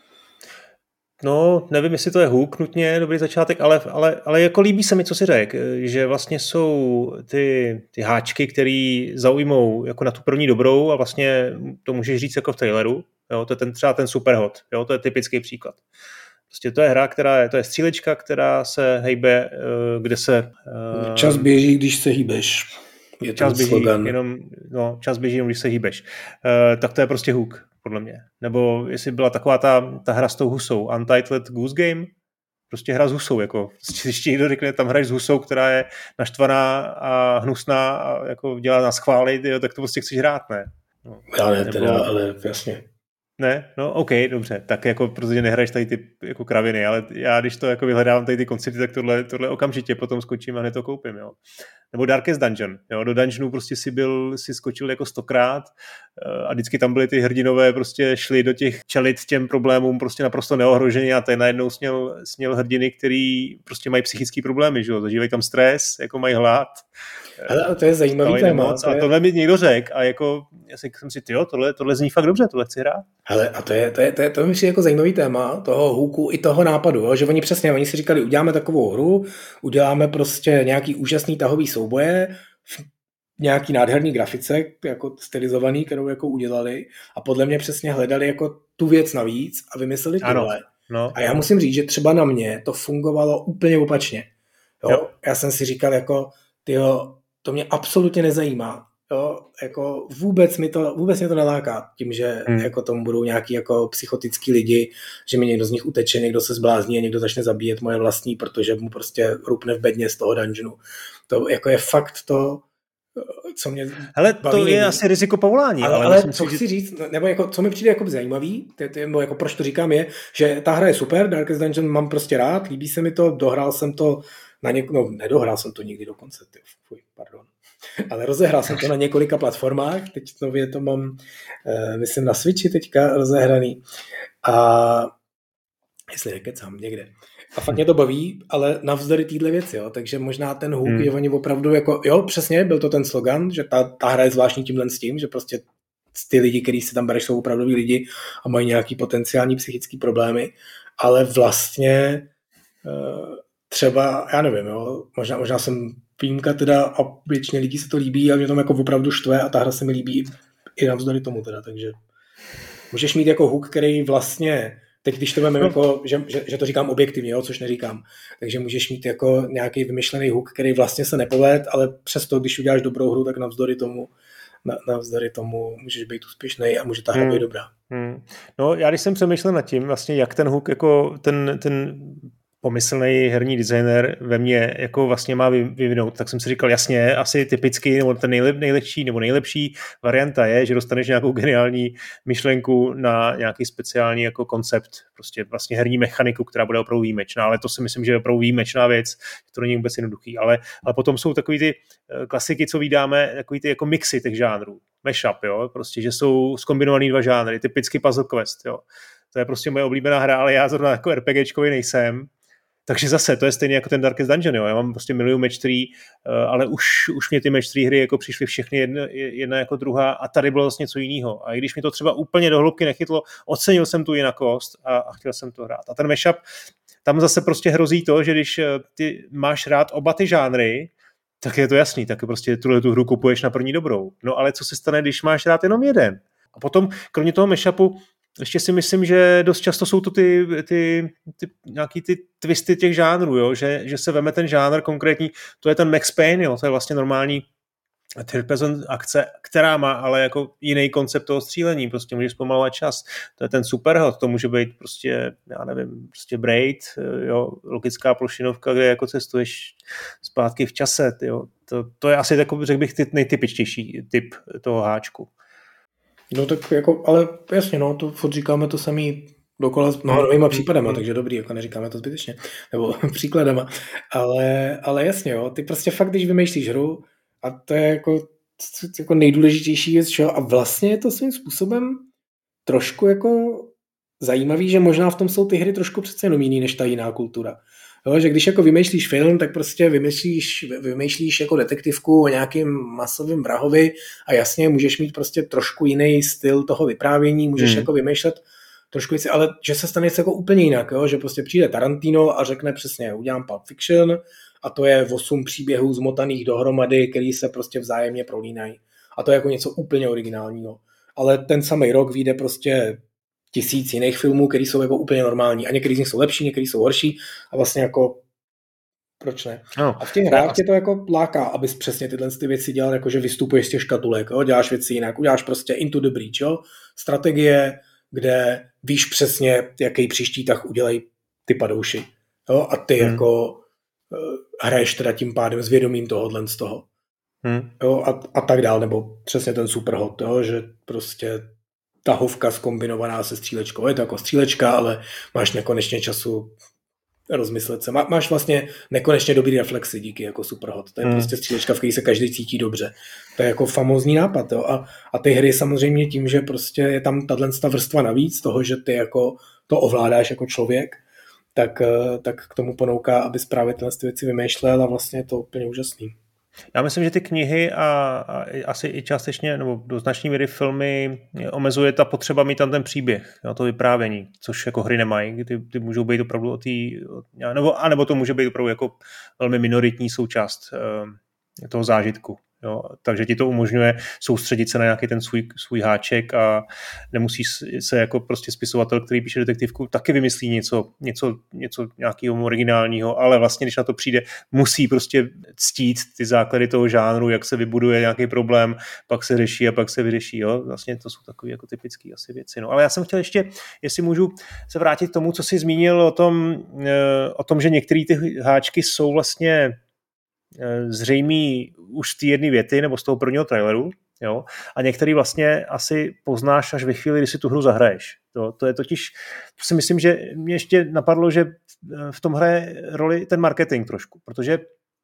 No, nevím, jestli to je hook nutně, dobrý začátek, ale jako líbí se mi, co si řekl, že vlastně jsou ty háčky, které zaujmou jako na tu první dobrou a vlastně to můžeš říct jako v traileru. Jo, to je třeba ten Superhot, jo, to je typický příklad. Prostě to je hra, to je střílečka, která se hejbe, kde se... Čas běží, když se hýbeš. Je čas běží, čas běží, když se hýbeš. Tak to je prostě hook, podle mě. Nebo jestli byla taková ta hra s tou husou, Untitled Goose Game, prostě hra s husou, jako, když někdo řekne, tam hraješ s husou, která je naštvaná a hnusná a jako dělá nás chválit, tak to prostě chceš hrát, ne? No, já ne, teda, ale jasně. Ne? No OK, dobře, tak jako protože nehraješ tady ty jako kraviny, ale já když to jako vyhledávám tady ty koncepty, tak tohle okamžitě potom skočím a hned to koupím, jo. nebo Darkest Dungeon, jo, do dungeonu prostě si skočil jako 100krát a vždycky tam byly ty hrdinové, prostě šli do těch čelit těm problémům prostě naprosto neohroženě a ten najednou směl hrdiny, který prostě mají psychické problémy, že jo, zažívají tam stres, jako mají hlad. Ale to je zajímavý téma. A tohle mi někdo řekl a jako já jsem si, tohle zní fakt dobře, tohle chci hrát. Hele, a to mi přijde jako zajímavý téma toho hooku i toho nápadu, jo? Že oni si říkali, uděláme takovou hru, uděláme prostě nějaký úžasný tahový souboje, nějaký nádherný grafice, jako stylizovaný, kterou jako udělali a podle mě přesně hledali jako tu věc navíc a vymysleli tohle. No. A já musím říct, že třeba na mě to fungovalo úplně opačně. Jo? Já jsem si říkal jako, to mě absolutně nezajímá. Jo, jako vůbec mě to neláká tím, že jako tomu budou nějaký jako psychotický lidi, že mi někdo z nich uteče, někdo se zblázní a někdo začne zabíjet moje vlastní, protože mu prostě rupne v bedně z toho dungeonu. To jako je fakt to, co mě hele, baví. to je asi riziko povolání. Ale co chci říct, nebo jako, co mi přijde jako zajímavý, nebo jako proč to říkám je, že ta hra je super, Darkest Dungeon mám prostě rád, líbí se mi to, dohrál jsem to nedohrál jsem to nikdy dokonce, pardon. Ale rozehrál jsem to na několika platformách, teď nově to mám, myslím, na Switchi teďka rozehraný. A jestli nekecám někde. A fakt mě to baví, ale navzdory téhle věci, jo. Takže možná ten hook je oni opravdu jako, jo, přesně, byl to ten slogan, že ta hra je zvláštní tímhle s tím, že prostě ty lidi, kteří si tam bereš, jsou opravdoví lidi a mají nějaký potenciální psychický problémy, ale vlastně třeba, já nevím, jo, možná jsem výjimka teda a většině lidí se to líbí, ale mě to jako opravdu štve a ta hra se mi líbí i navzdory tomu teda, takže můžeš mít jako hook, který vlastně, teď když to veme jako, že to říkám objektivně, jo, což neříkám, takže můžeš mít jako nějaký vymyšlený hook, který vlastně se nepoved, ale přesto, když uděláš dobrou hru, tak navzdory tomu můžeš být úspěšný a může ta hra být dobrá. No, já když jsem přemýšlel nad tím, vlastně jak ten hook, jako ten pomyslný herní designer ve mně jako vlastně má vyvinout, tak jsem si říkal, jasně, asi typicky, nebo ten nejlepší varianta je, že dostaneš nějakou geniální myšlenku na nějaký speciální jako koncept, prostě vlastně herní mechaniku, která bude opravdu výjimečná, ale to si myslím, že je opravdu výjimečná věc, to není vůbec jednoduchý, ale potom jsou takový ty klasiky, co vídáme, takový ty jako mixy těch žánrů, mashup, jo, prostě, že jsou zkombinovaný dva žánry, typicky Puzzle Quest, jo. To je prostě moje oblíbená hra, ale já zrovna jako RPGčkový nejsem. Takže zase, to je stejně jako ten Darkest Dungeon, jo. Já mám prostě miluju match 3, ale už mě ty match 3 hry jako přišly všechny jedna jako druhá a tady bylo vlastně něco jiného. A i když mi to třeba úplně do hloubky nechytlo, ocenil jsem tu jinakost a chtěl jsem to hrát. A ten mashup, tam zase prostě hrozí to, že když ty máš rád oba ty žánry, tak je to jasný, tak prostě tu hru kupuješ na první dobrou. No ale co se stane, když máš rád jenom jeden? A potom, kromě toho mashupu, ještě si myslím, že dost často jsou to ty nějaký ty twisty těch žánrů, jo? Že se veme ten žánr konkrétní, to je ten Max Payne, jo? To je vlastně normální third person akce, která má ale jako jiný koncept toho střílení, prostě můžeš zpomalovat čas, to je ten Superhot, to může být prostě, já nevím, prostě Braid, jo? Logická plošinovka, kde jako cestuješ zpátky v čase, jo? To je asi takový, řekl bych, nejtypičtější typ toho háčku. No tak jako, ale jasně, no, to furt říkáme to samý dokola s novýma případama, takže dobrý, jako neříkáme to zbytečně, nebo příkladama, ale jasně, jo, ty prostě fakt, když vymýšlíš hru a to je jako nejdůležitější věc, čo? A vlastně je to svým způsobem trošku jako zajímavý, že možná v tom jsou ty hry trošku přece jenom jiný než ta jiná kultura. Jo, že když jako vymýšlíš film, tak prostě vymýšlíš jako detektivku o nějakým masovém vrahovi a jasně můžeš mít prostě trošku jiný styl toho vyprávění, můžeš jako vymýšlet trošku věci, ale že se stane jako úplně jinak, jo? Že prostě přijde Tarantino a řekne přesně, udělám Pulp Fiction a to je 8 příběhů zmotaných dohromady, který se prostě vzájemně prolínají. A to je jako něco úplně originálního. Ale ten samý rok vyjde prostě 1000 jiných filmů, které jsou jako úplně normální. A některý z nich jsou lepší, některý jsou horší a vlastně jako proč ne? No, a v těch hrách tě to jako láká, abys přesně tyhle ty věci dělal, jako že vystupuješ z těch škatulek, jo? Děláš věci jinak, uděláš prostě into the breach, jo? Strategie, kde víš přesně, jaký příští tah udělají ty padouši. Jo? A ty jako hraješ teda tím pádem s vědomím tohohle z toho. Jo? A tak dál, nebo přesně ten Superhot, jo? Že prostě tahovka zkombinovaná se střílečkou. Je to jako střílečka, ale máš nekonečně času rozmyslet se. Máš vlastně nekonečně dobrý reflexy díky jako Superhot. To je prostě střílečka, v které se každý cítí dobře. To je jako famózní nápad. Jo? A ty hry samozřejmě tím, že prostě je tam tato vrstva navíc toho, že ty jako to ovládáš jako člověk, tak k tomu ponouká, aby právě tyhle věci vymýšlel a vlastně je to úplně úžasný. Já myslím, že ty knihy a asi i částečně nebo do značné míry filmy omezuje ta potřeba mít tam ten příběh, to vyprávění, což jako hry nemají. Ty můžou být opravdu nebo to může být opravdu jako velmi minoritní součást toho zážitku. Jo, takže ti to umožňuje soustředit se na nějaký ten svůj háček a nemusíš se jako prostě spisovatel, který píše detektivku, taky vymyslí něco nějakého originálního, ale vlastně, když na to přijde, musí prostě ctít ty základy toho žánru, jak se vybuduje nějaký problém, pak se řeší a pak se vyřeší. Jo? Vlastně to jsou takové jako typické asi věci. No, ale já jsem chtěl ještě, jestli můžu se vrátit k tomu, co jsi zmínil o tom, že některé ty háčky jsou vlastně zřejmý už z té jedné věty nebo z toho prvního traileru, jo? A některý vlastně asi poznáš až ve chvíli, kdy si tu hru zahraješ. To je totiž, si myslím, že mě ještě napadlo, že v tom hraje roli ten marketing trošku, protože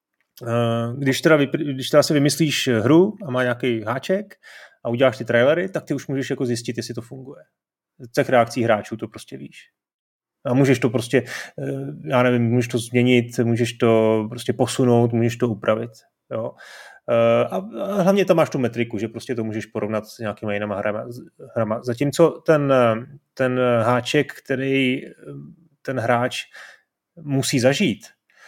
když teda si vymyslíš hru a má nějaký háček a uděláš ty trailery, tak ty už můžeš jako zjistit, jestli to funguje. Z těch reakcí hráčů to prostě víš. A můžeš to prostě, já nevím, můžeš to změnit, můžeš to prostě posunout, můžeš to upravit. Jo? A hlavně tam máš tu metriku, že prostě to můžeš porovnat s nějakýma jinýma hrama. Zatímco ten háček, který ten hráč musí zažít,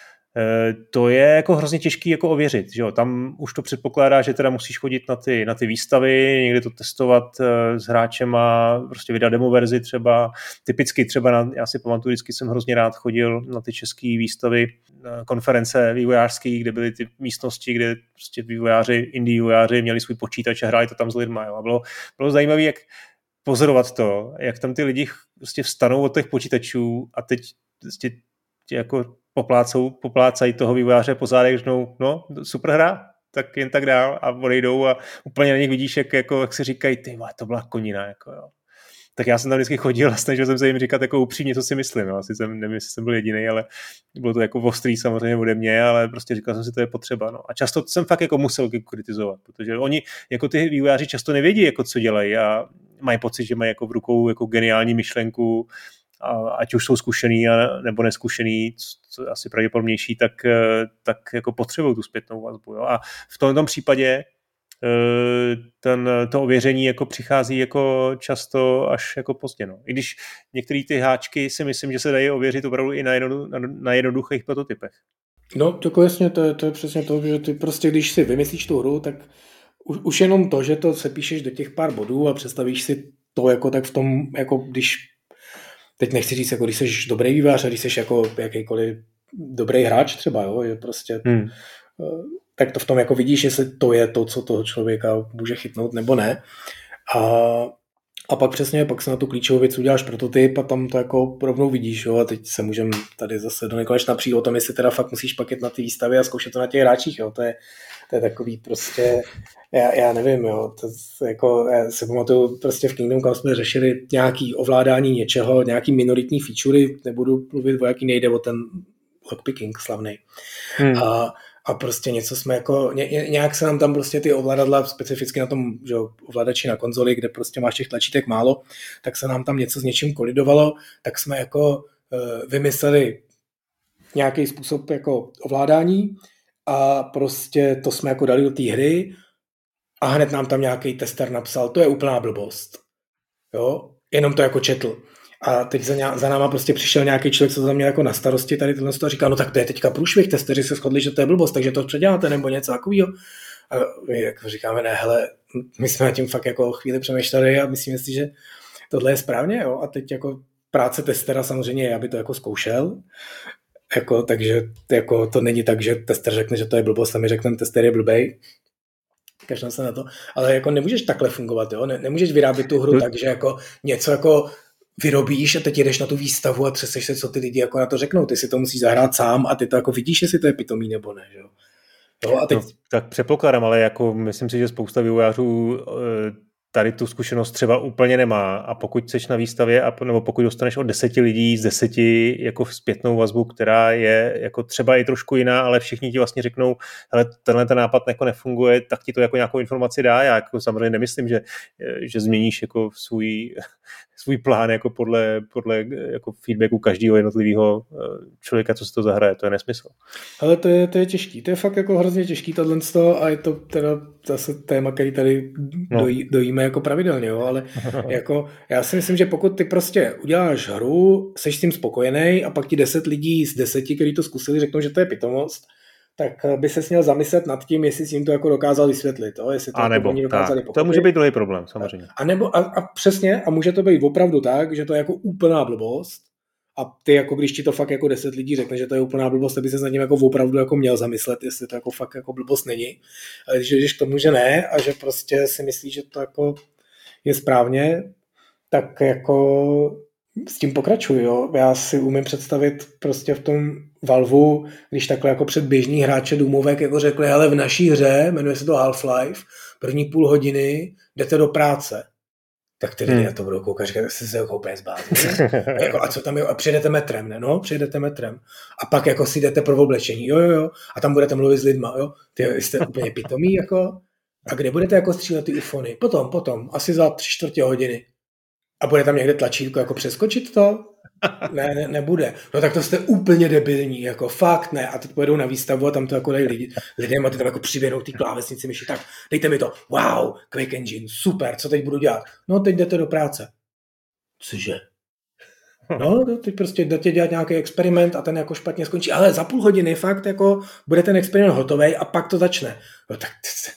to je jako hrozně těžký jako ověřit. Že jo? Tam už to předpokládá, že teda musíš chodit na ty výstavy, někde to testovat s hráčema, prostě vydat demo verzi třeba. Typicky třeba, já si pamatuju, vždycky jsem hrozně rád chodil na ty české výstavy, konference vývojářský, kde byly ty místnosti, kde prostě indie vývojáři měli svůj počítač a hráli to tam s lidma. Jo? A bylo zajímavé, jak pozorovat to, jak tam ty lidi prostě vstanou od těch počítačů a teď prostě jako poplácají toho vývojáře po zádech, řeknou, no, super hra, tak jen tak dál a odejdou a úplně na nich vidíš, jak si říkají, ty to byla konina, jako jo. Tak já jsem tam vždycky chodil a snažil jsem se jim říkat jako upřímně, co si myslím, jo. Asi nevím, jestli jsem byl jediný, ale bylo to jako ostrý samozřejmě ode mě, ale prostě říkal jsem si, to je potřeba, no. A často jsem fakt jako musel kritizovat, protože oni, jako ty vývojáři často nevědí, jako co dělají a mají pocit, že mají jako v rukou jako geniální myšlenku, a ať už jsou zkušený nebo neskušený, co je asi pravděpodobnější, tak jako potřebují tu zpětnou vazbu. Jo? A v tomto případě to ověření jako přichází jako často až jako pozdě. No. I když některé ty háčky si myslím, že se dají ověřit opravdu i na jednoduchých prototypech. No, jako jasně, to je přesně to, že ty prostě, když si vymyslíš tu hru, tak už jenom to, že to sepíšeš do těch pár bodů a představíš si to jako tak v tom, jako když teď nechci říct, jako když jsi dobrý vývojář a když jsi jako jakýkoliv dobrý hráč třeba, jo, že prostě tak to v tom jako vidíš, jestli to je to, co toho člověka může chytnout nebo ne. A pak přesně, pak se na tu klíčovou věc uděláš prototyp a tam to jako rovnou vidíš, jo, a teď se můžeme tady zase do nekonečna přijít o tom, jestli teda fakt musíš pak jet na ty výstavy a zkoušet to na těch hráčích, jo, to je takový prostě, já nevím, jo, to jako, já si pamatuju prostě v Kingdom Come jsme řešili nějaký ovládání něčeho, nějaký minoritní featurey, nebudu mluvit o jaký nejde o ten lockpicking slavnej. A prostě něco jsme jako, nějak se nám tam prostě ty ovladadla, specificky na tom, že ovladači na konzoli, kde prostě máš těch tlačítek málo, tak se nám tam něco s něčím kolidovalo, tak jsme jako vymysleli nějaký způsob jako ovládání a prostě to jsme jako dali do té hry a hned nám tam nějaký tester napsal, to je úplná blbost. Jo? Jenom to jako četl. A teď za náma prostě přišel nějaký člověk, co to tam měl jako na starosti tady tohle a říkal, no tak to je teďka průšvih, testeři se shodli, že to je blbost, takže to předěláte nebo něco takového. A my jako říkáme, ne, hele, my jsme na tím fakt jako chvíli přemýšleli a myslíme si, že tohle je správně, jo. A teď jako práce testera samozřejmě je, aby to jako zkoušel, jako, takže jako to není tak, že tester řekne, že to je blbost a my řekneme, tester je blbej. Kašlem se na to, ale jako nemůžeš takhle fungovat, jo. Nemůžeš vyrábět tu hru tak, že jako něco jako vyrobíš a teď jedeš na tu výstavu a třeseš se, co ty lidi jako na to řeknou. Ty si to musíš zahrát sám a ty to jako vidíš, jestli to je pitomý nebo ne. Jo? No, a teď... No, tak předpokládám, ale jako myslím si, že spousta vývojářů tady tu zkušenost třeba úplně nemá a pokud jsi na výstavě nebo pokud dostaneš od 10 lidí z 10 jako zpětnou vazbu, která je jako třeba i trošku jiná, ale všichni ti vlastně řeknou, hele, tenhle ten nápad jako nefunguje, tak ti to jako nějakou informaci dá. Já jako samozřejmě nemyslím, že změníš jako svůj plán jako podle jako feedbacku každého jednotlivého člověka, co si to zahraje. To je nesmysl. Ale to je těžký. To je fakt jako hrozně těžký tohle a je to teda zase téma, který tady dojíme jako pravidelně, jo? Ale jako já si myslím, že pokud ty prostě uděláš hru, seš s tím spokojený a pak ti 10 lidí z 10, kteří to zkusili, řeknou, že to je pitomost, tak by se měl zamyslet nad tím, jestli si jim to jako dokázal vysvětlit. Jo? Jestli to a nebo, oni dokázali tak, to může být druhý problém, samozřejmě. A přesně, a může to být opravdu tak, že to je jako úplná blbost a ty jako když ti to fakt jako 10 lidí řekne, že to je úplná blbost, tak by se nad ním jako opravdu jako měl zamyslet, jestli to jako fakt jako blbost není. Ale když k tomu, že ne a že prostě si myslí, že to jako je správně, tak jako s tím pokračuju, jo. Já si umím představit prostě v tom Valvu, když takhle jako před běžný hráče důmovek jako řekli, hele, v naší hře, jmenuje se to Half-Life, první půl hodiny jdete do práce. Tak ty lidi na to budou koukat, říkat, že se jako úplně zblázni. A co tam je? A přijedete metrem, ne? No, přijedete metrem. A pak jako si jdete pro oblečení, jo. A tam budete mluvit s lidma, jo. Ty jste úplně pitomí, jako. A kde budete jako střílet ty ufony? Potom, asi za 3/4 hodiny. A bude tam někde tlačítko, jako přeskočit to? Ne, nebude. No tak to jste úplně debilní, jako fakt ne. A teď pojedou na výstavu a tam to jako dají lidem a ty tam jako přiběhnou ty klávesnici myši, tak dejte mi to, wow, Quake Engine, super, co teď budu dělat? No teď jdete do práce. Cože? No, teď prostě jdete dělat nějaký experiment a ten jako špatně skončí, ale za půl hodiny fakt jako bude ten experiment hotovej a pak to začne. No tak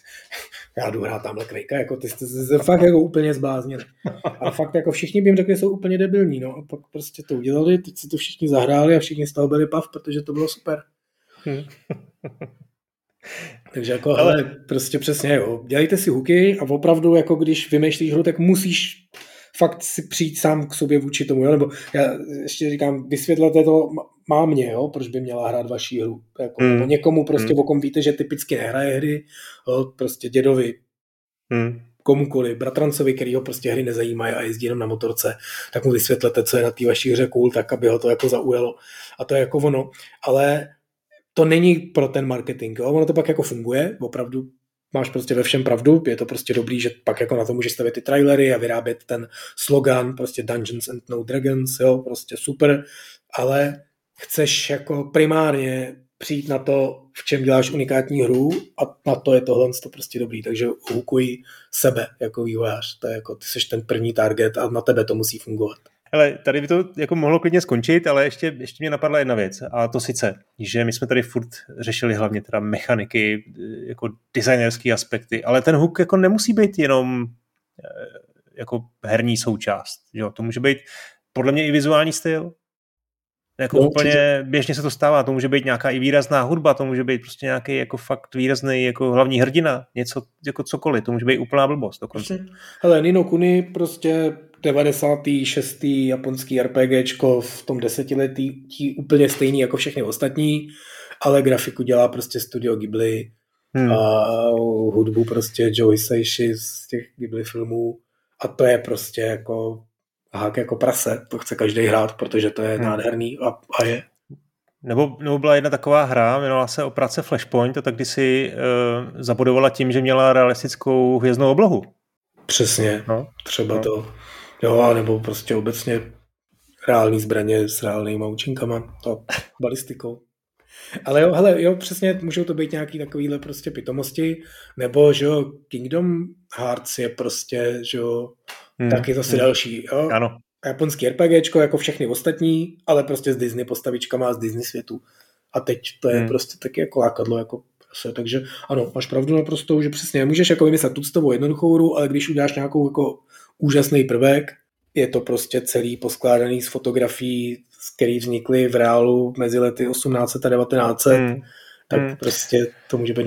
já jdu hrát tamhle Quakea, jako ty jste se fakt jako úplně zbláznili. A fakt jako všichni by jim řekli, že jsou úplně debilní, no. A pak prostě to udělali, teď si to všichni zahráli a všichni z toho byli pav, protože to bylo super. Takže jako, ale prostě přesně, jo. Dělejte si hooky a opravdu, jako když vymýšlíš hru, tak musíš fakt si přijít sám k sobě vůči tomu, jo? Nebo já ještě říkám, vysvětlete to mámě, jo? Proč by měla hrát vaší hru. Jako, nebo někomu prostě, o kom víte, že typicky nehraje hry, jo? Prostě dědovi, komukoliv, bratrancovi, který ho prostě hry nezajímají a jezdí jenom na motorce, tak mu vysvětlete, co je na té vaší hře cool, tak aby ho to jako zaujalo. A to je jako ono. Ale to není pro ten marketing, jo? Ono to pak jako funguje, opravdu máš prostě ve všem pravdu, je to prostě dobrý, že pak jako na to můžeš stavět ty trailery a vyrábět ten slogan, prostě Dungeons and No Dragons, jo, prostě super, ale chceš jako primárně přijít na to, v čem děláš unikátní hru a na to je tohle to prostě dobrý, takže hookuj sebe jako vývojář, to je jako, ty seš ten první target a na tebe to musí fungovat. Hele, tady by to jako mohlo klidně skončit, ale ještě mě napadla jedna věc a to sice, že my jsme tady furt řešili hlavně teda mechaniky, jako designerské aspekty, ale ten hook jako nemusí být jenom jako herní součást, jo? To může být podle mě i vizuální styl. Jako no, úplně běžně se to stává, to může být nějaká i výrazná hudba, to může být prostě nějaký jako fakt výrazný jako hlavní hrdina, něco jako cokoliv, to může být úplná blbost dokonce. Hele, Ni no Kuni prostě 96. japonský RPGčko v tom 10letí úplně stejný jako všechny ostatní, ale grafiku dělá prostě studio Ghibli a hudbu prostě Joe Hisaishi z těch Ghibli filmů a to je prostě jako hák jako prase, to chce každý hrát, protože to je nádherný a je. Nebo byla jedna taková hra, jmenovala se Operace Flashpoint a tak kdysi zabodovala tím, že měla realistickou hvězdnou oblohu. Přesně, třeba to. Jo, nebo prostě obecně reální zbraně s reálnýma účinkama, to balistikou. Ale jo, hele, jo, přesně, můžou to být nějaký takovýhle prostě pitomosti, nebo, že jo, Kingdom Hearts je prostě, že jo, taky zase další, jo. Ano. Japonský RPGčko, jako všechny ostatní, ale prostě s Disney postavičkama a z Disney světu. A teď to je prostě taky jako lákadlo, jako prostě, takže ano, máš pravdu naprosto, že přesně můžeš jako vymyslet tuctovou jednoduchou hru, ale když uděláš nějakou jako úžasný prvek, je to prostě celý poskládaný z fotografií, které vznikly v reálu mezi lety 1800 a 1900, tak prostě to může být ono.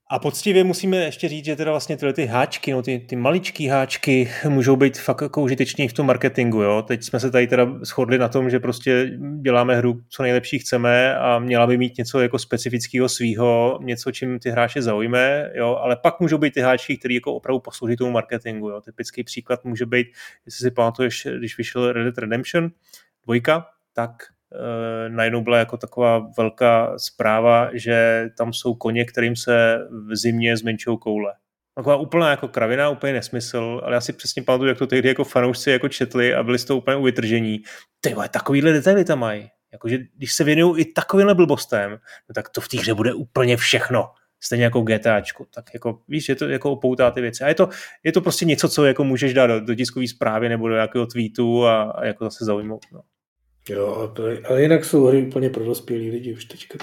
A poctivě musíme ještě říct, že teda vlastně tyhle ty háčky, no ty maličký háčky můžou být fakt jako užiteční v tom marketingu, jo. Teď jsme se tady teda shodli na tom, že prostě děláme hru, co nejlepší chceme a měla by mít něco jako specifického svýho, něco, čím ty hráče zaujme, jo, ale pak můžou být ty háčky, které jako opravdu poslouží tomu marketingu, jo. Typický příklad může být, jestli si pamatuješ, když vyšel Red Dead Redemption 2, tak najednou byla jako taková velká zpráva, že tam jsou koně, kterým se v zimě zmenšují koule. Taková úplná jako kravina, úplně nesmysl, ale já si přesně pamatuju, jak to tehdy jako fanoušci jako četli a byli z toho úplně uvytržení. Ty vole, takovýhle detaily tam mají. Jakože když se věnují i takovýmhle blbostem, no tak to v té hře bude úplně všechno. Stejně jako GTAčku. Tak jako, víš, že to jako opoutá ty věci. A je to prostě něco, co jako můžeš dát do tiskové zprávy nebo do nějakého tweetu a jako zase zaujmout. No. Jo, ale jinak jsou hry úplně pro dospělý lidi už teďka.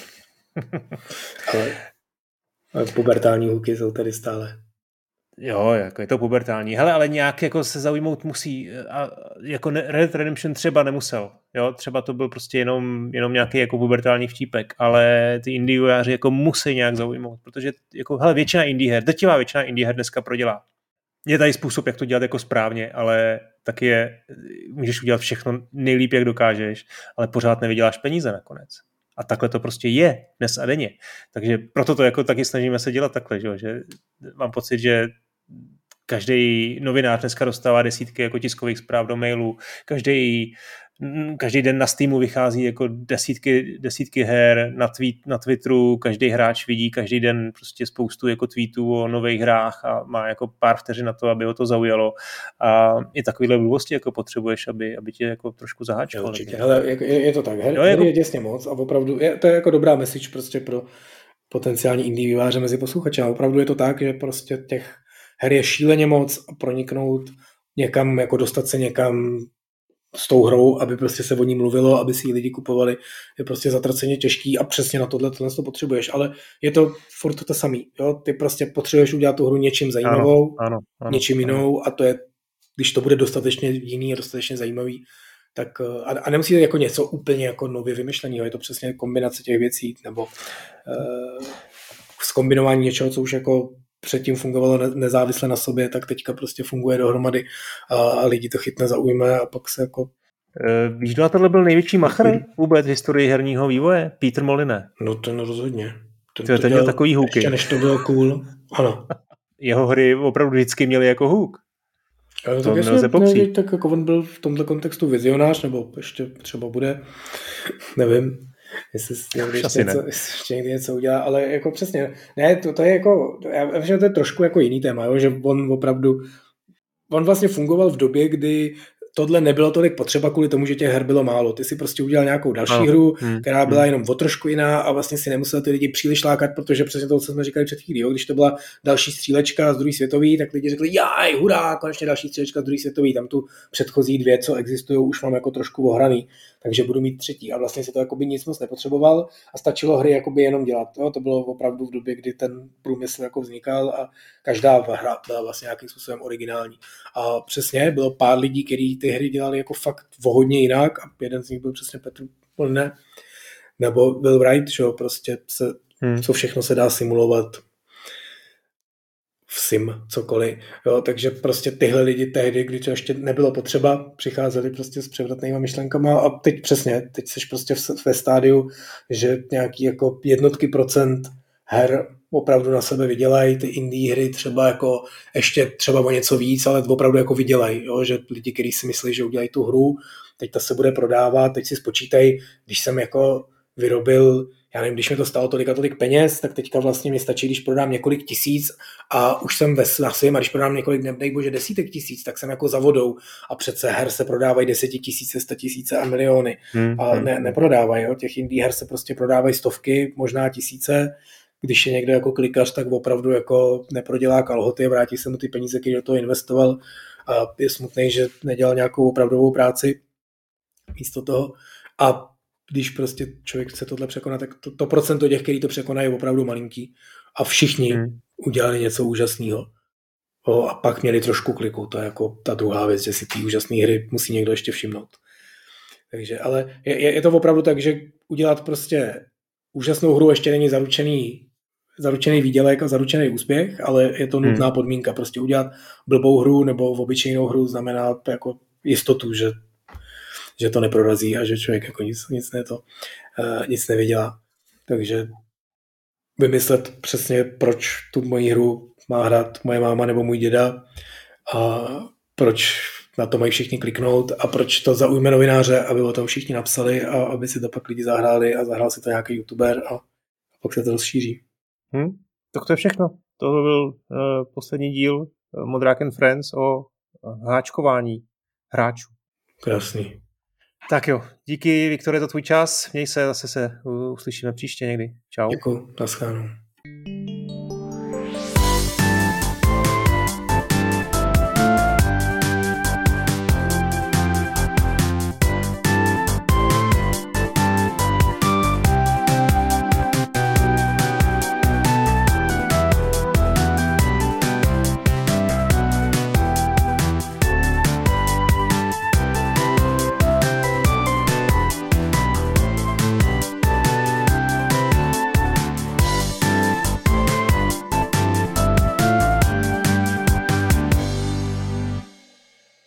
ale pubertální hluky jsou tady stále. Jo, jako je to pubertální. Hele, ale nějak jako se zaujmout musí. A jako Red Dead Redemption třeba nemusel. Jo, třeba to byl prostě jenom nějaký jako pubertální vtípek, ale ty indie vývojáři jako musí nějak zaujmout, protože jako, hele, drtivá většina indie her dneska prodělá. Je tady způsob, jak to dělat jako správně, ale taky můžeš udělat všechno nejlíp, jak dokážeš, ale pořád nevyděláš peníze nakonec. A takhle to prostě je dnes a denně. Takže proto to jako taky snažíme se dělat takhle, že mám pocit, že každý novinář dneska dostává desítky jako tiskových zpráv do mailu, každý den na Steamu vychází jako desítky her na Twitteru, každý hráč vidí každý den prostě spoustu jako tweetů o nových hrách a má jako pár vteřin na to, aby ho to zaujalo. A i takovýhle blbosti jako potřebuješ, aby tě jako trošku zaháčkalo. Určitě, ale je to tak. Her je děsně moc a opravdu to je jako dobrá message prostě pro potenciální indie vývojáře mezi posluchači. A opravdu je to tak, že prostě těch her je šíleně moc a proniknout někam, jako dostat se někam s tou hrou, aby prostě se o ní mluvilo, aby si ji lidi kupovali, je prostě zatraceně těžký a přesně na tohle to potřebuješ, ale je to furt to samý, jo? Ty prostě potřebuješ udělat tu hru něčím zajímavou, ano, něčím jinou a to je, když to bude dostatečně jiný a dostatečně zajímavý, tak a nemusí jako něco úplně jako nově vymyšleného, je to přesně kombinace těch věcí, nebo zkombinování něčeho, co už jako předtím fungovalo nezávisle na sobě, tak teďka prostě funguje dohromady a lidi to chytne, zaujme a pak se jako... Víš, kdo na tohle byl největší machr vůbec v historii herního vývoje? Peter Molyneux. No ten rozhodně. Ten měl takový hooky. Ještě než to bylo cool. Ano. Jeho hry opravdu vždycky měly jako hook. To nelze popřít. Tak jako on byl v tomto kontextu vizionář, nebo ještě třeba bude, nevím, jestli ještě někdy něco udělá, ale jako přesně, ne, to je jako, já vím, že to je trošku jako jiný téma, jo, že on vlastně fungoval v době, kdy tohle nebylo tolik potřeba kvůli tomu, že těch her bylo málo. Ty si prostě udělal nějakou další hru, která byla jenom o trošku jiná a vlastně si nemusel ty lidi příliš lákat, protože přesně to, co jsme říkali před chvílí, jo? Když to byla další střílečka z druhé světové, tak lidi řekli, jaj, hurá, konečně další střílečka z druhé světové, tam tu předchozí dvě, co existují, už mám jako trošku ohraný, takže budu mít třetí. A vlastně si to jakoby nic moc nepotřeboval a stačilo hry jakoby jenom dělat. Jo? To bylo opravdu v době, kdy ten průmysl jako vznikal a každá hra byla vlastně nějakým způsobem originální. A přesně bylo pár lidí, kteří ty hry dělali jako fakt hodně jinak a jeden z nich byl přesně Petr Molyneux nebo Will Wright, že jo, prostě co všechno se dá simulovat v sim, cokoliv. Jo, takže prostě tyhle lidi tehdy, kdy to ještě nebylo potřeba, přicházeli prostě s převratnýma myšlenkama a teď seš prostě ve stádiu, že nějaký jako jednotky procent her opravdu na sebe vydělají, ty indie hry třeba jako ještě třeba o něco víc, ale opravdu jako vydělají, jo? Že lidi, kteří si myslí, že udělají tu hru, teď ta se bude prodávat, teď si spočítaj, když jsem jako vyrobil, já nevím, když mi to stalo tolik a tolik peněz, tak teďka vlastně mi stačí, když prodám několik tisíc a už jsem na svým a když prodám několik, nedej bože, desítek tisíc, tak jsem jako za vodou a přece her se prodávají 10 000, 100 000 a miliony a neprodávají, jo? Těch indie her se prostě prodávají stovky, možná tisíce. Když je někdo jako klikař, tak opravdu jako neprodělá kalhoty a vrátí se mu ty peníze, které do toho investoval a je smutný, že nedělal nějakou opravdovou práci místo toho. A když prostě člověk chce tohle překonat, tak to procento těch, kteří to překonají, je opravdu malinký. A všichni udělali něco úžasného. A pak měli trošku kliku. To je jako ta druhá věc, že si ty úžasné hry musí někdo ještě všimnout. Takže, ale je to opravdu tak, že udělat prostě úžasnou hru ještě není zaručený zaručený výdělek a zaručený úspěch, ale je to nutná podmínka. Prostě udělat blbou hru nebo obyčejnou hru znamená jako jistotu, že to neprorazí a že člověk jako nic nevydělá. Takže vymyslet přesně, proč tu moji hru má hrát moje máma nebo můj děda a proč na to mají všichni kliknout a proč to zaujme novináře, aby o tom všichni napsali a aby si to pak lidi zahráli a zahrál si to nějaký youtuber a pak se to rozšíří. Tak to je všechno. To byl poslední díl Modrák and Friends o háčkování hráčů. Krásný. Tak jo, díky Viktore za tvůj čas. Měj se, zase se uslyšíme příště někdy. Čau. Děkuji, naschledanou.